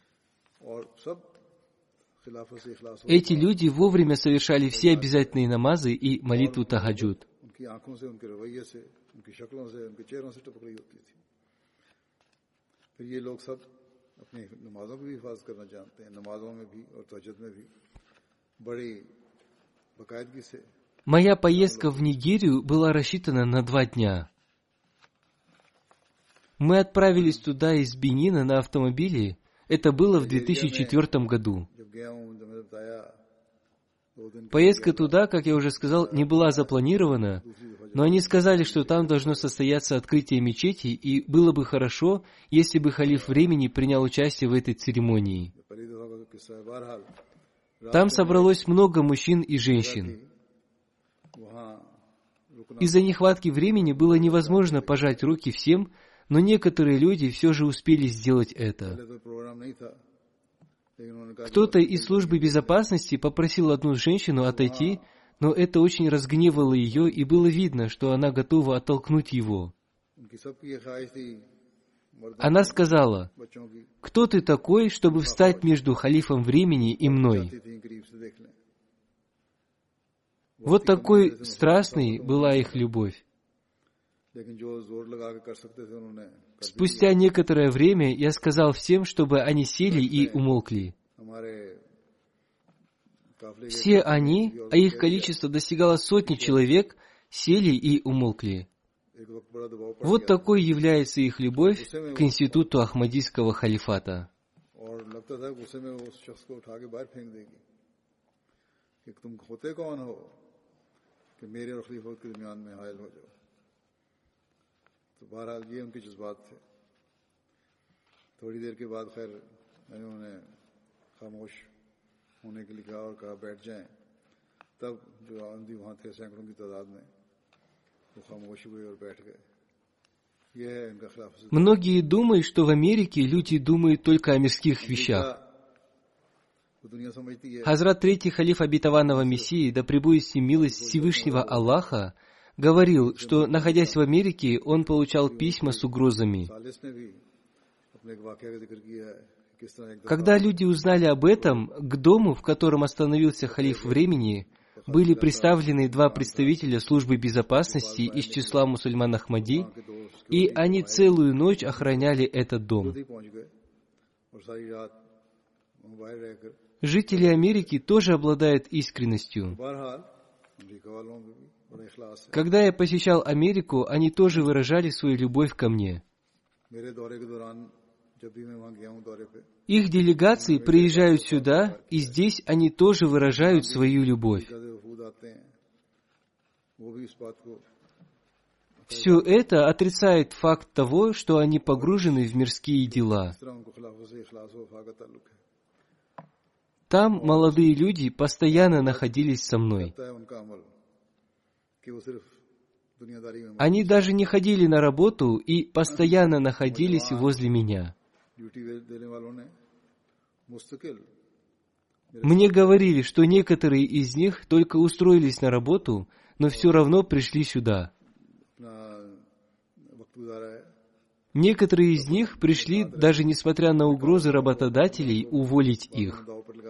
Эти люди вовремя совершали все обязательные намазы и молитву тахаджуд. Моя поездка в Нигерию была рассчитана на два дня. Мы отправились туда из Бенина на автомобиле. Это было в две тысячи четвёртом году. Поездка туда, как я уже сказал, не была запланирована, но они сказали, что там должно состояться открытие мечети, и было бы хорошо, если бы халиф времени принял участие в этой церемонии. Там собралось много мужчин и женщин. Из-за нехватки времени было невозможно пожать руки всем, но некоторые люди все же успели сделать это. Кто-то из службы безопасности попросил одну женщину отойти, но это очень разгневало ее, и было видно, что она готова оттолкнуть его. Она сказала: «Кто ты такой, чтобы встать между халифом времени и мной?» Вот такой страстной была их любовь. Спустя некоторое время я сказал всем, чтобы они сели и умолкли. Все они, а их количество достигало сотни человек, сели и умолкли. Вот такой является их любовь к институту Ахмадийского халифата. बहरहाल ये उनके जज्बात थे। थोड़ी देर के बाद खैर मैंने उन्हें खामोश होने के लिए कहा और कहा बैठ जाएं। तब जो आंधी वहाँ थे सैकड़ों की तादाद में, वो खामोश हुए और बैठ गए। ये है इनका खिलाफत। Многие думают, что в Америке люди думают только о мирских вещах. Хазрат Третий халиф обетованного Мессии, да пребудет с ним милость Всевышнего Аллаха, говорил, что, находясь в Америке, он получал письма с угрозами. Когда люди узнали об этом, к дому, в котором остановился халиф времени, были представлены два представителя службы безопасности из числа мусульман Ахмади, и они целую ночь охраняли этот дом. Жители Америки тоже обладают искренностью. Когда я посещал Америку, они тоже выражали свою любовь ко мне. Их делегации приезжают сюда, и здесь они тоже выражают свою любовь. Все это отрицает факт того, что они погружены в мирские дела. Там молодые люди постоянно находились со мной. Они даже не ходили на работу и постоянно находились возле меня. Мне говорили, что некоторые из них только устроились на работу, но все равно пришли сюда. Некоторые из них пришли, даже несмотря на угрозы работодателей, уволить их.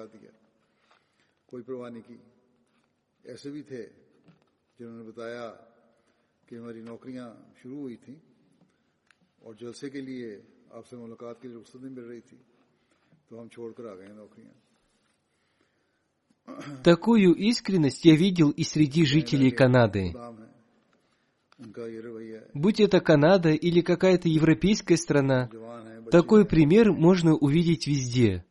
जिन्होंने बताया कि हमारी नौकरियां शुरू हुई थी और जलसे के लिए आपसे मुलाकात के लिए रुख्सत नहीं मिल रही थी, तो हम छोड़कर आ गए नौकरियां. Такую искренность я видел и среди жителей Канады. Будь это Канада или какая-то европейская страна, такой пример можно увидеть везде.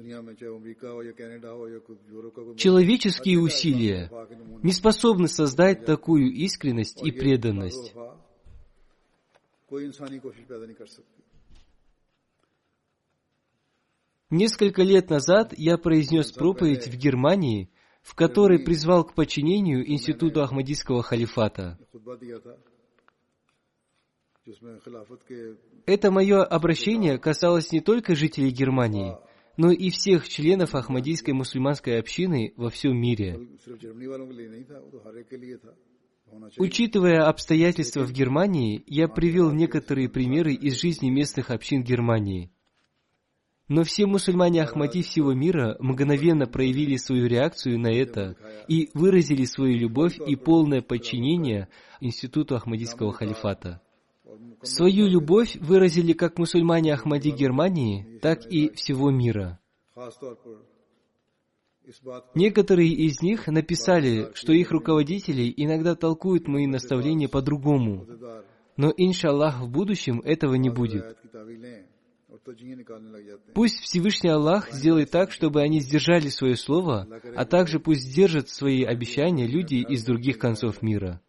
Человеческие усилия не способны создать такую искренность и преданность. Несколько лет назад я произнес проповедь в Германии, в которой призвал к подчинению институту Ахмадийского халифата. Это мое обращение касалось не только жителей Германии, но и всех членов Ахмадийской мусульманской общины во всем мире. Учитывая обстоятельства в Германии, я привел некоторые примеры из жизни местных общин Германии. Но все мусульмане Ахмади всего мира мгновенно проявили свою реакцию на это и выразили свою любовь и полное подчинение институту Ахмадийского халифата. Свою любовь выразили как мусульмане Ахмади Германии, так и всего мира. Некоторые из них написали, что их руководители иногда толкуют мои наставления по-другому, но, иншаллах, в будущем этого не будет. Пусть Всевышний Аллах сделает так, чтобы они сдержали свое слово, а также пусть сдержат свои обещания люди из других концов мира.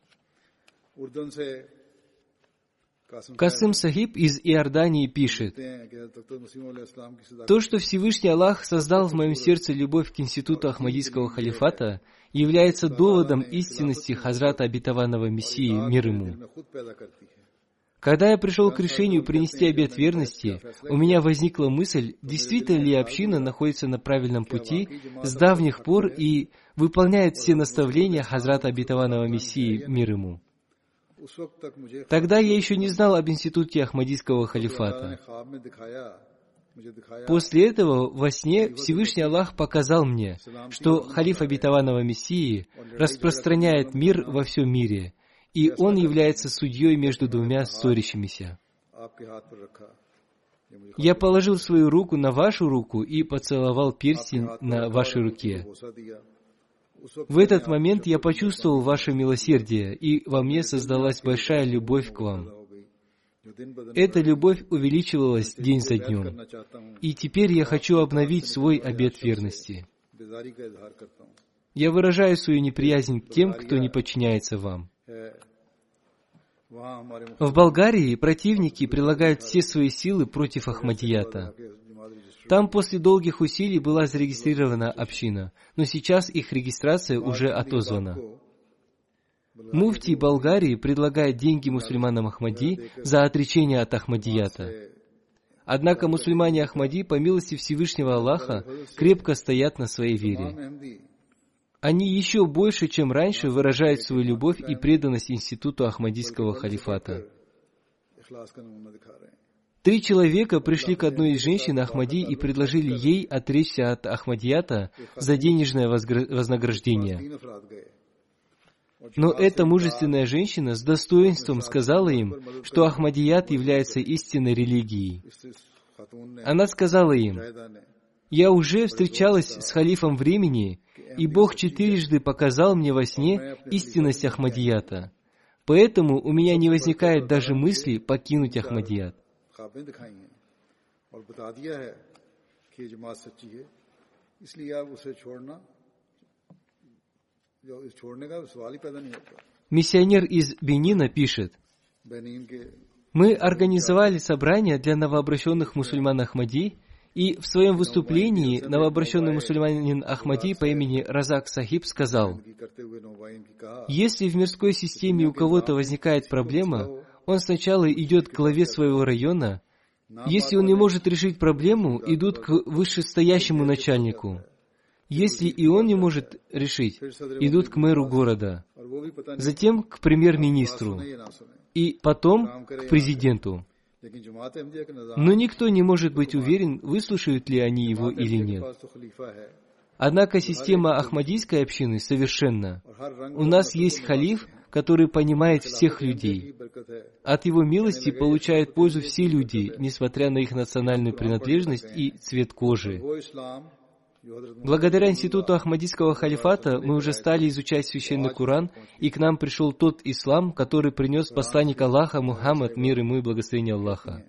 Касым Сахиб из Иордании пишет: «То, что Всевышний Аллах создал в моем сердце любовь к институту Ахмадийского халифата, является доводом истинности Хазрата Обетованного Мессии, мир ему. Когда я пришел к решению принести обет верности, у меня возникла мысль, действительно ли община находится на правильном пути с давних пор и выполняет все наставления Хазрата Обетованного Мессии, мир ему. Тогда я еще не знал об институте Ахмадийского халифата. После этого во сне Всевышний Аллах показал мне, что халиф Обетованного Мессии распространяет мир во всем мире, и он является судьей между двумя ссорящимися. Я положил свою руку на вашу руку и поцеловал перстень на вашей руке. В этот момент я почувствовал ваше милосердие, и во мне создалась большая любовь к вам. Эта любовь увеличивалась день за днем. И теперь я хочу обновить свой обет верности. Я выражаю свою неприязнь к тем, кто не подчиняется вам. В Болгарии противники прилагают все свои силы против Ахмадията. Там после долгих усилий была зарегистрирована община, но сейчас их регистрация уже отозвана. Муфти Болгарии предлагает деньги мусульманам Ахмади за отречение от Ахмадията. Однако мусульмане Ахмади, по милости Всевышнего Аллаха, крепко стоят на своей вере. Они еще больше, чем раньше, выражают свою любовь и преданность институту Ахмадийского халифата. Три человека пришли к одной из женщин Ахмади и предложили ей отречься от Ахмадията за денежное вознаграждение. Но эта мужественная женщина с достоинством сказала им, что Ахмадият является истинной религией. Она сказала им: «Я уже встречалась с халифом времени, и Бог четырежды показал мне во сне истинность Ахмадията. Поэтому у меня не возникает даже мысли покинуть Ахмадият». Миссионер из Бенина пишет: «Мы организовали собрание для новообращенных мусульман Ахмади, и в своем выступлении новообращенный мусульманин Ахмади по имени Разак Сахиб сказал: если в мирской системе у кого-то возникает проблема, он сначала идет к главе своего района. Если он не может решить проблему, идут к вышестоящему начальнику. Если и он не может решить, идут к мэру города, затем к премьер-министру, и потом к президенту. Но никто не может быть уверен, выслушают ли они его или нет. Однако система Ахмадийской общины совершенна. У нас есть халиф, который понимает всех людей. От его милости получают пользу все люди, несмотря на их национальную принадлежность и цвет кожи. Благодаря институту Ахмадийского халифата мы уже стали изучать священный Коран, и к нам пришел тот ислам, который принес посланник Аллаха Мухаммад, мир ему и благословение Аллаха.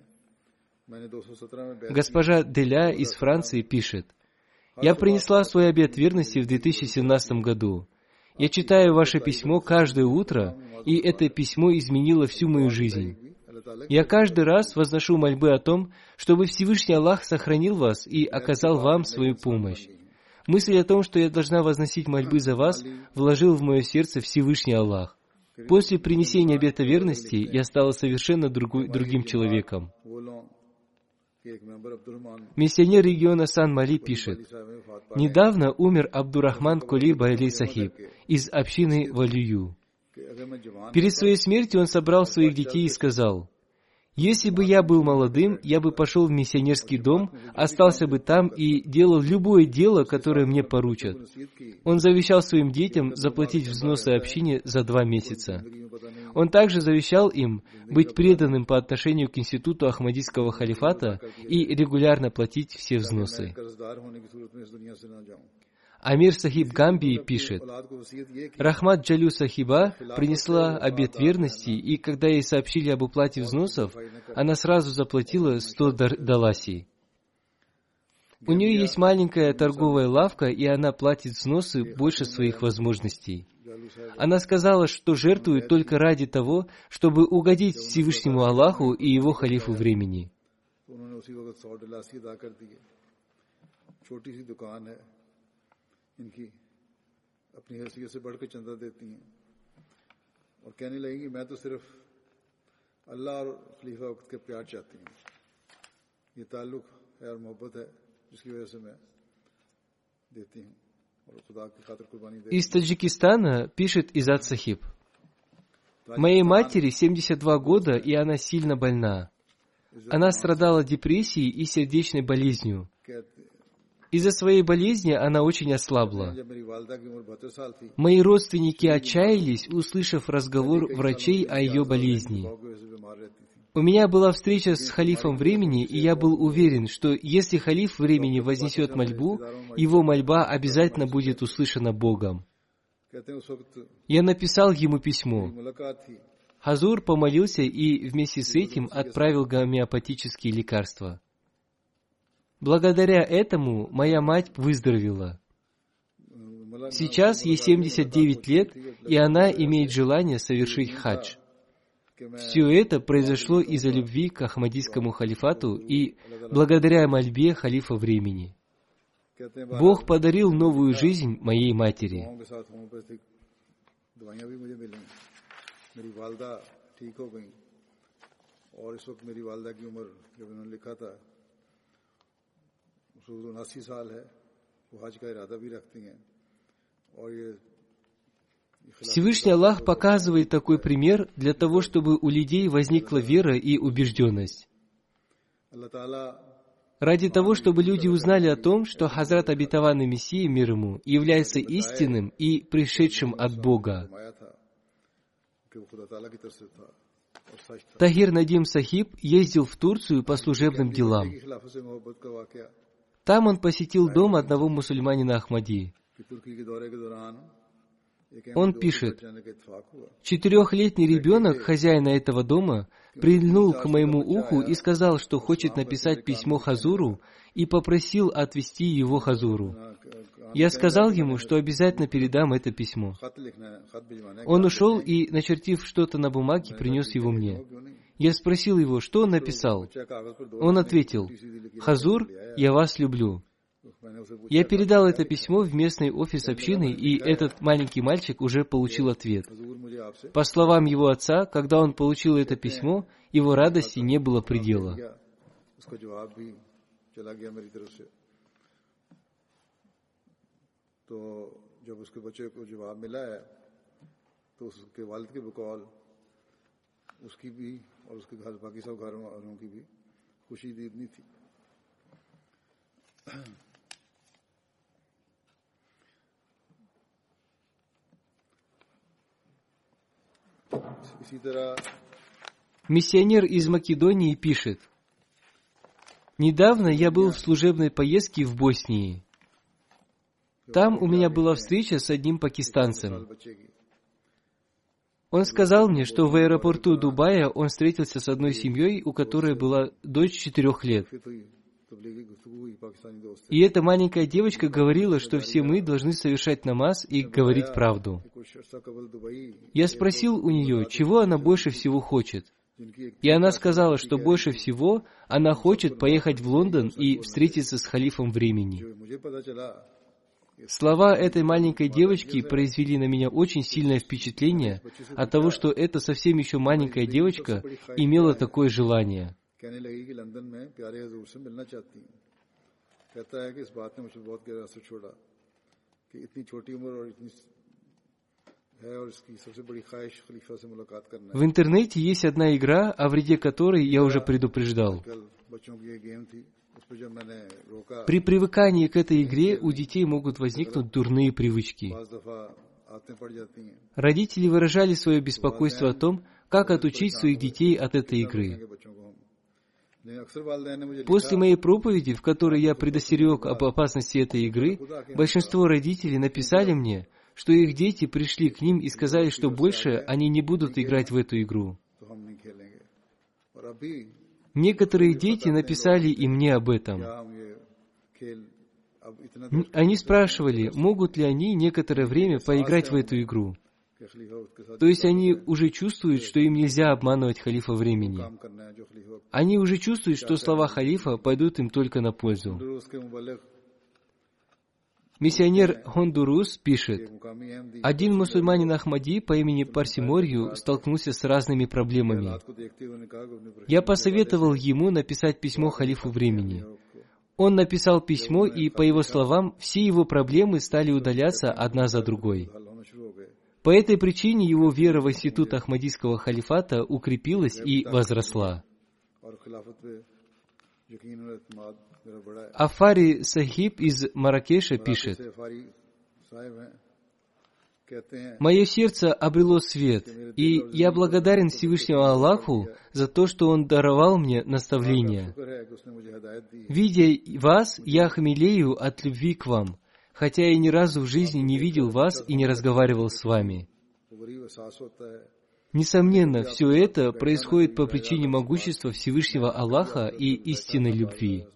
Госпожа Деля из Франции пишет: «Я принесла свой обет верности в две тысячи семнадцатом году. Я читаю ваше письмо каждое утро, и это письмо изменило всю мою жизнь. Я каждый раз возношу мольбы о том, чтобы Всевышний Аллах сохранил вас и оказал вам свою помощь. Мысль о том, что я должна возносить мольбы за вас, вложил в мое сердце Всевышний Аллах. После принесения обета верности я стала совершенно другой, другим человеком. Миссионер региона Сан-Мали пишет: «Недавно умер Абдурахман Коли Байли Сахиб из общины Валию. Перед своей смертью он собрал своих детей и сказал: «Если бы я был молодым, я бы пошел в миссионерский дом, остался бы там и делал любое дело, которое мне поручат». Он завещал своим детям заплатить взносы общине за два месяца. Он также завещал им быть преданным по отношению к институту Ахмадийского халифата и регулярно платить все взносы. Амир Сахиб Гамбии пишет: «Рахмат Джалю Сахиба принесла обет верности, и когда ей сообщили об уплате взносов, она сразу заплатила сто даласий. У нее есть маленькая торговая лавка, и она платит взносы больше своих возможностей. Она сказала, что жертвует только ради того, чтобы угодить Всевышнему Аллаху и его халифу времени». इनकी अपनी हैसियत से बढ़कर चंदा देती हैं और कहने लगेंगी मैं तो सिर्फ अल्लाह और खलीफा वक्त के प्यार चाहती हूँ। ये ताल्लुक है और मोहब्बत है जिसकी वजह से मैं देती हूँ और खुदा की खातिर कुर्बानी देती हूँ। Из Таджикистана пишет Изат Сахиб: «Моей матери семьдесят два года, и она сильно больна. Она страдала депрессией и сердечной болезнью. Из-за своей болезни она очень ослабла. Мои родственники отчаялись, услышав разговор врачей о ее болезни. У меня была встреча с халифом времени, и я был уверен, что если халиф времени вознесет мольбу, его мольба обязательно будет услышана Богом. Я написал ему письмо. Хазур помолился и вместе с этим отправил гомеопатические лекарства. Благодаря этому моя мать выздоровела. Сейчас ей семьдесят девять лет, и она имеет желание совершить хадж. Все это произошло из-за любви к Ахмадийскому халифату и благодаря мольбе халифа времени. Бог подарил новую жизнь моей матери». उनासी साल है, वो हज का इरादा भी रखती हैं और ये Всевышний Аллах показывает такой пример для того, чтобы у людей возникла вера и убежденность. Ради того, чтобы люди узнали о том, что Хазрат обетованный Мессия, мир ему, является истинным и пришедшим от Бога. Тахир Надим Сахиб ездил в Турцию по служебным делам. Там он посетил дом одного мусульманина Ахмади. Он пишет: «Четырехлетний ребенок хозяина этого дома прильнул к моему уху и сказал, что хочет написать письмо Хазуру, и попросил отвезти его Хазуру. Я сказал ему, что обязательно передам это письмо. Он ушел и, начертив что-то на бумаге, принес его мне. Я спросил его, что он написал. Он ответил: «Хазур, я вас люблю». Я передал это письмо в местный офис общины, и этот маленький мальчик уже получил ответ. По словам его отца, когда он получил это письмо, его радости не было предела. उसकी भी और उसके घर बाकी सब घर वालों की भी खुशी दी इतनी थी। इसी तरह Миссионер из Македонии пишет: «Недавно я был в служебной поездке в Боснии. Там у меня была встреча с одним пакистанцем. Он сказал мне, что в аэропорту Дубая он встретился с одной семьей, у которой была дочь четырех лет. И эта маленькая девочка говорила, что все мы должны совершать намаз и говорить правду. Я спросил у нее, чего она больше всего хочет. И она сказала, что больше всего она хочет поехать в Лондон и встретиться с халифом времени. Слова этой маленькой девочки произвели на меня очень сильное впечатление от того, что эта совсем еще маленькая девочка имела такое желание. В интернете есть одна игра, о вреде которой я уже предупреждал. При привыкании к этой игре у детей могут возникнуть дурные привычки. Родители выражали свое беспокойство о том, как отучить своих детей от этой игры. После моей проповеди, в которой я предостерег об опасности этой игры, большинство родителей написали мне, что их дети пришли к ним и сказали, что больше они не будут играть в эту игру. Некоторые дети написали и мне об этом. Они спрашивали, могут ли они некоторое время поиграть в эту игру. То есть они уже чувствуют, что им нельзя обманывать халифа времени. Они уже чувствуют, что слова халифа пойдут им только на пользу. Миссионер Хондурус пишет, один мусульманин Ахмади по имени Парсиморью столкнулся с разными проблемами. Я посоветовал ему написать письмо халифу времени. Он написал письмо, и, по его словам, все его проблемы стали удаляться одна за другой. По этой причине его вера в институт Ахмадийского халифата укрепилась и возросла. Афари Сахиб из Маракеша пишет, «Мое сердце обрело свет, и я благодарен Всевышнему Аллаху за то, что Он даровал мне наставления. Видя вас, я хмелею от любви к вам, хотя я ни разу в жизни не видел вас и не разговаривал с вами». Несомненно, все это происходит по причине могущества Всевышнего Аллаха и истинной любви.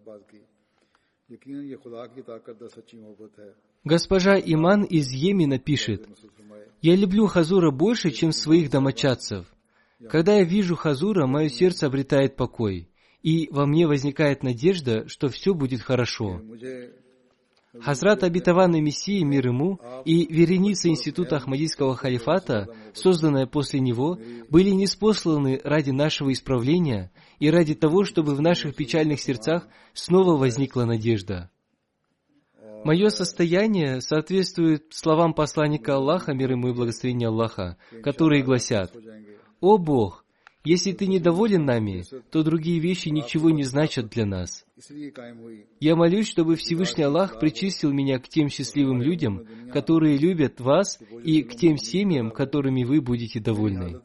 Госпожа Иман из Йемена пишет, «Я люблю Хазура больше, чем своих домочадцев. Когда я вижу Хазура, мое сердце обретает покой, и во мне возникает надежда, что все будет хорошо». Хазрат обетованный Мессии, мир ему, и вереница института Ахмадийского халифата, созданная после него, были ниспосланы ради нашего исправления и ради того, чтобы в наших печальных сердцах снова возникла надежда. Мое состояние соответствует словам посланника Аллаха, мир ему и благословения Аллаха, которые гласят, «О Бог, если Ты недоволен нами, то другие вещи ничего не значат для нас. Я молюсь, чтобы Всевышний Аллах причислил меня к тем счастливым людям, которые любят вас, и к тем семьям, которыми вы будете довольны».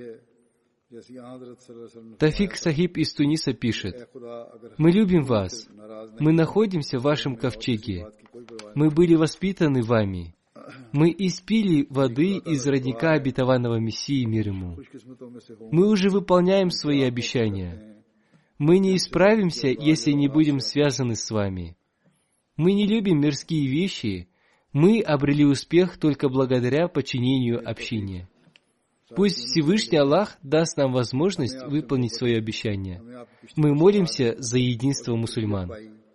Тафик Сахиб из Туниса пишет, «Мы любим вас. Мы находимся в вашем ковчеге. Мы были воспитаны вами. Мы испили воды из родника обетованного Мессии, мир ему. Мы уже выполняем свои обещания. Мы не исправимся, если не будем связаны с вами. Мы не любим мирские вещи. Мы обрели успех только благодаря подчинению общине. Пусть Всевышний Аллах даст нам возможность выполнить свое обещание. Мы молимся за единство мусульман».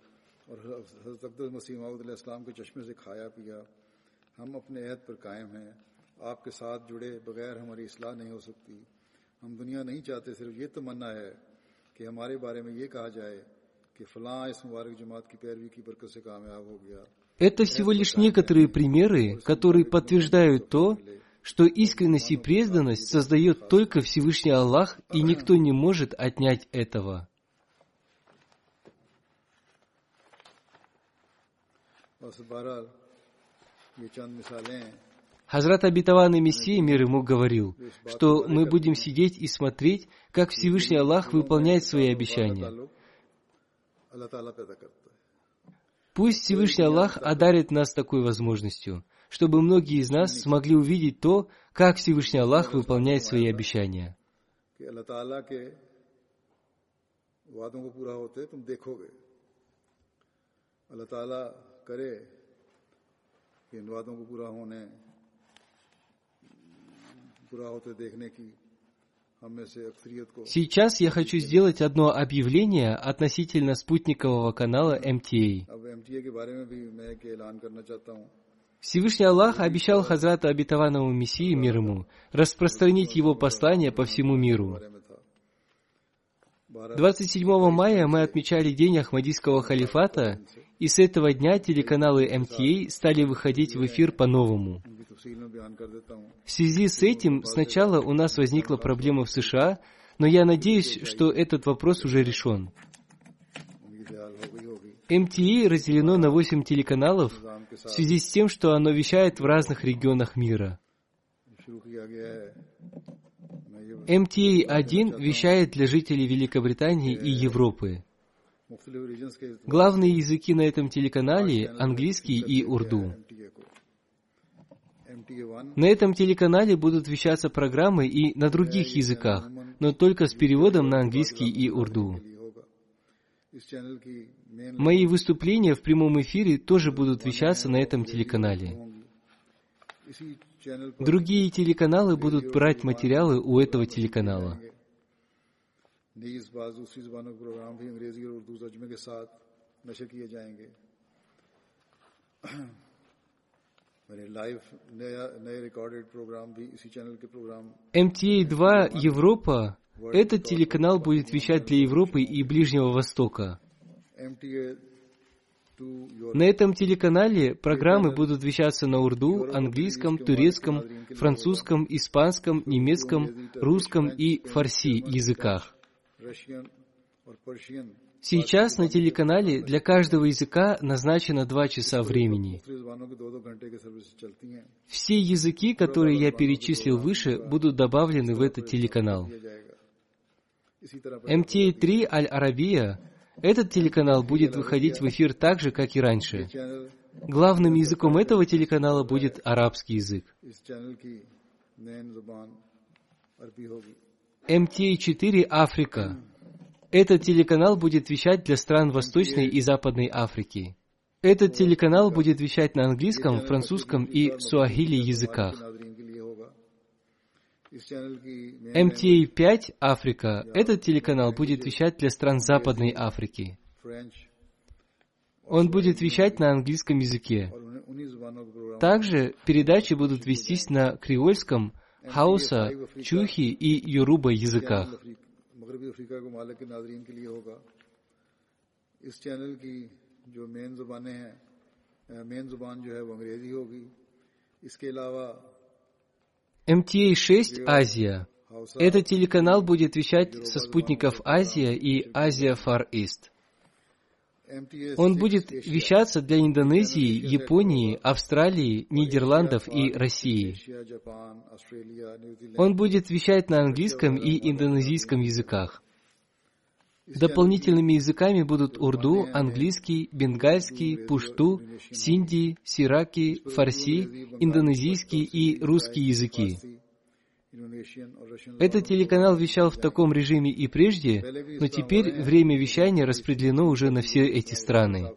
हम अपने ऐहद पर कायम हैं, आपके साथ जुड़े बगैर हमारी इस्लाह नहीं हो सकती। हम दुनिया नहीं चाहते, सिर्फ ये तमन्ना है कि हमारे बारे में ये कहा जाए कि फलां इस मुबारक जमात की पैरवी की बरकत से कामयाब हो गया. Это всего лишь некоторые примеры, которые подтверждают то, что искренность и преданность создает только Всевышний Аллах, и никто не может отнять этого. Хазрат обетованный Мессия, мир ему, говорил, что мы будем сидеть и смотреть, как Всевышний Аллах выполняет свои обещания. Пусть Всевышний Аллах одарит нас такой возможностью, чтобы многие из нас смогли увидеть то, как Всевышний Аллах выполняет свои обещания. कि इन वादों को पूरा होने पूरा होते देखने की Сейчас я хочу сделать одно объявление относительно спутникового канала эм ти эй. Всевышний Аллах обещал Хазрату обетованному Мессии, мир ему, распространить его послание по всему миру. двадцать седьмого мая мы отмечали День Ахмадийского халифата, и с этого дня телеканалы эм ти эй стали выходить в эфир по-новому. В связи с этим сначала у нас возникла проблема в США, но я надеюсь, что этот вопрос уже решен. эм ти эй разделено на восемь телеканалов в связи с тем, что оно вещает в разных регионах мира. эм ти эй один вещает для жителей Великобритании и Европы. Главные языки на этом телеканале – английский и урду. На этом телеканале будут вещаться программы и на других языках, но только с переводом на английский и урду. Мои выступления в прямом эфире тоже будут вещаться на этом телеканале. Другие телеканалы будут брать материалы у этого телеканала. эм ти эй два Европа. Этот телеканал будет вещать для Европы и Ближнего Востока. На этом телеканале программы будут вещаться на урду, английском, турецком, французском, испанском, немецком, русском и фарси языках. Сейчас на телеканале для каждого языка назначено два часа времени. Все языки, которые я перечислил выше, будут добавлены в этот телеканал. эм ти эй три Аль-Арабия. Этот телеканал будет выходить в эфир так же, как и раньше. Главным языком этого телеканала будет арабский язык. эм ти эй четыре Африка. Этот телеканал будет вещать для стран Восточной и Западной Африки. Этот телеканал будет вещать на английском, французском и суахили языках. эм ти эй пять Африка. Этот телеканал будет вещать для стран Западной Африки. Он будет вещать на английском языке. Также передачи будут вестись на креольском, хауса, чухи и йоруба языках. эм ти эй шесть Азия. Этот телеканал будет вещать со спутников Азия и Азия Far East. Он будет вещаться для Индонезии, Японии, Австралии, Нидерландов и России. Он будет вещать на английском и индонезийском языках. Дополнительными языками будут урду, английский, бенгальский, пушту, синди, сираки, фарси, индонезийский и русский языки. Этот телеканал вещал в таком режиме и прежде, но теперь время вещания распределено уже на все эти страны.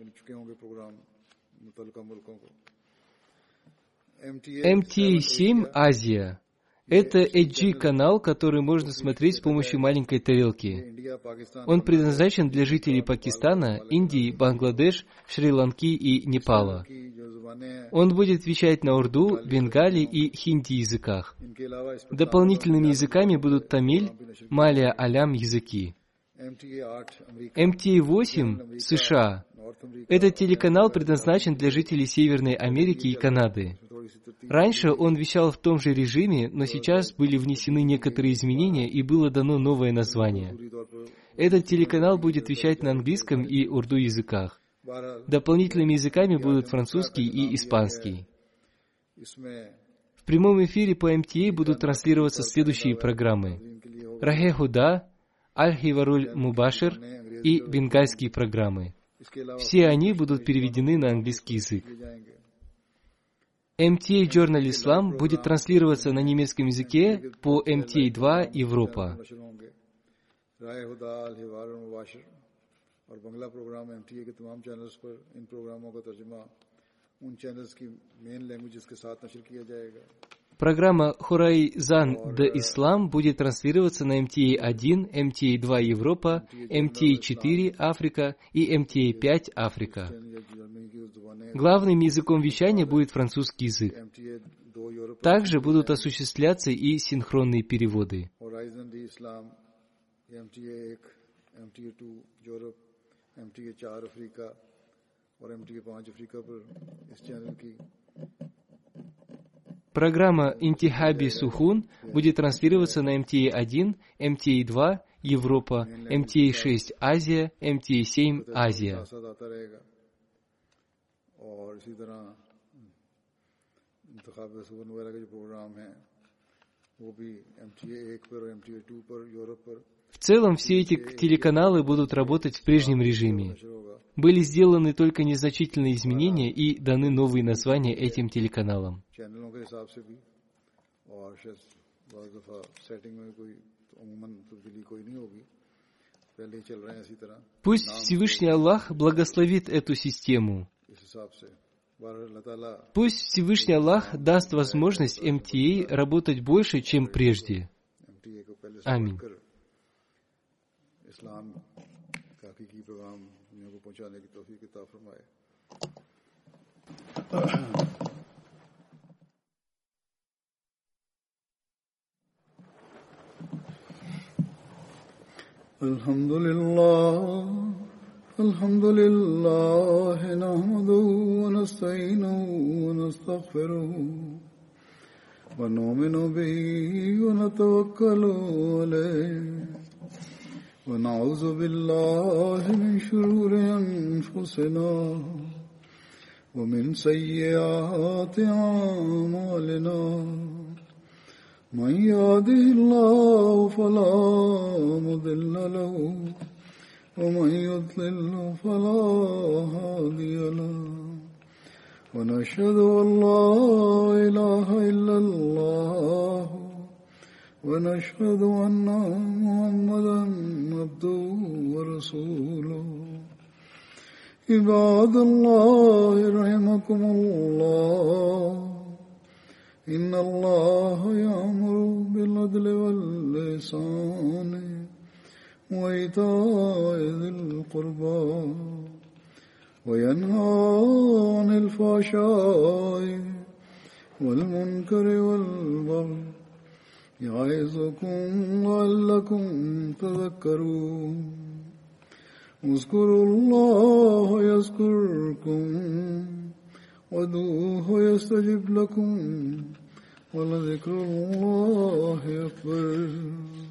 эм ти эй семь Азия. Это эйч ди-канал, который можно смотреть с помощью маленькой тарелки. Он предназначен для жителей Пакистана, Индии, Бангладеш, Шри-Ланки и Непала. Он будет вещать на урду, бенгали и хинди языках. Дополнительными языками будут тамиль, малия-алям языки. эм ти эй восемь США. Этот телеканал предназначен для жителей Северной Америки и Канады. Раньше он вещал в том же режиме, но сейчас были внесены некоторые изменения и было дано новое название. Этот телеканал будет вещать на английском и урду языках. Дополнительными языками будут французский и испанский. В прямом эфире по эм ти эй будут транслироваться следующие программы: Рахе Худа, Аль-Хиваруль Мубашир и бенгальские программы. Все они будут переведены на английский язык. эм ти эй Journal Islam будет транслироваться на немецком языке по эм ти эй два Европа. Программа Хорайзан де Ислам будет транслироваться на эм ти эй один, эм ти эй два Европа, эм ти эй четыре Африка и эм ти эй пять Африка. Главным языком вещания будет французский язык. Также будут осуществляться и синхронные переводы. Программа Интихаби Сухун будет транслироваться на эм ти эй один, эм ти эй два Европа, эм ти эй шесть Азия, эм ти эй семь Азия. В целом, все эти телеканалы будут работать в прежнем режиме. Были сделаны только незначительные изменения и даны новые названия этим телеканалам. Пусть Всевышний Аллах благословит эту систему. Пусть Всевышний Аллах даст возможность эм ти эй работать больше, чем прежде. Аминь. Алхамдулиллах, алхамдулиллах, нахмадуху ва настаинуху ва настагфируху, ва ну'мину бихи ва натаваккалу алейхи. ونعوذ بالله من شرور أنفسنا ومن سيئات أعمالنا من يهده الله فلا مضل له ومن يضلل فلا هادي له ونشهد أن لا إله إلا الله ونشهد أن محمدا عبده ورسوله عباد الله رحمكم الله إن الله يأمر بالعدل والإحسان وإيتاء ذي القربى وينهى عن الفحشاء والمنكر والبغي يعظكم لعلكم تذكرون اذكروا الله يذكركم وادعوه يستجب لكم ولذكر الله أكبر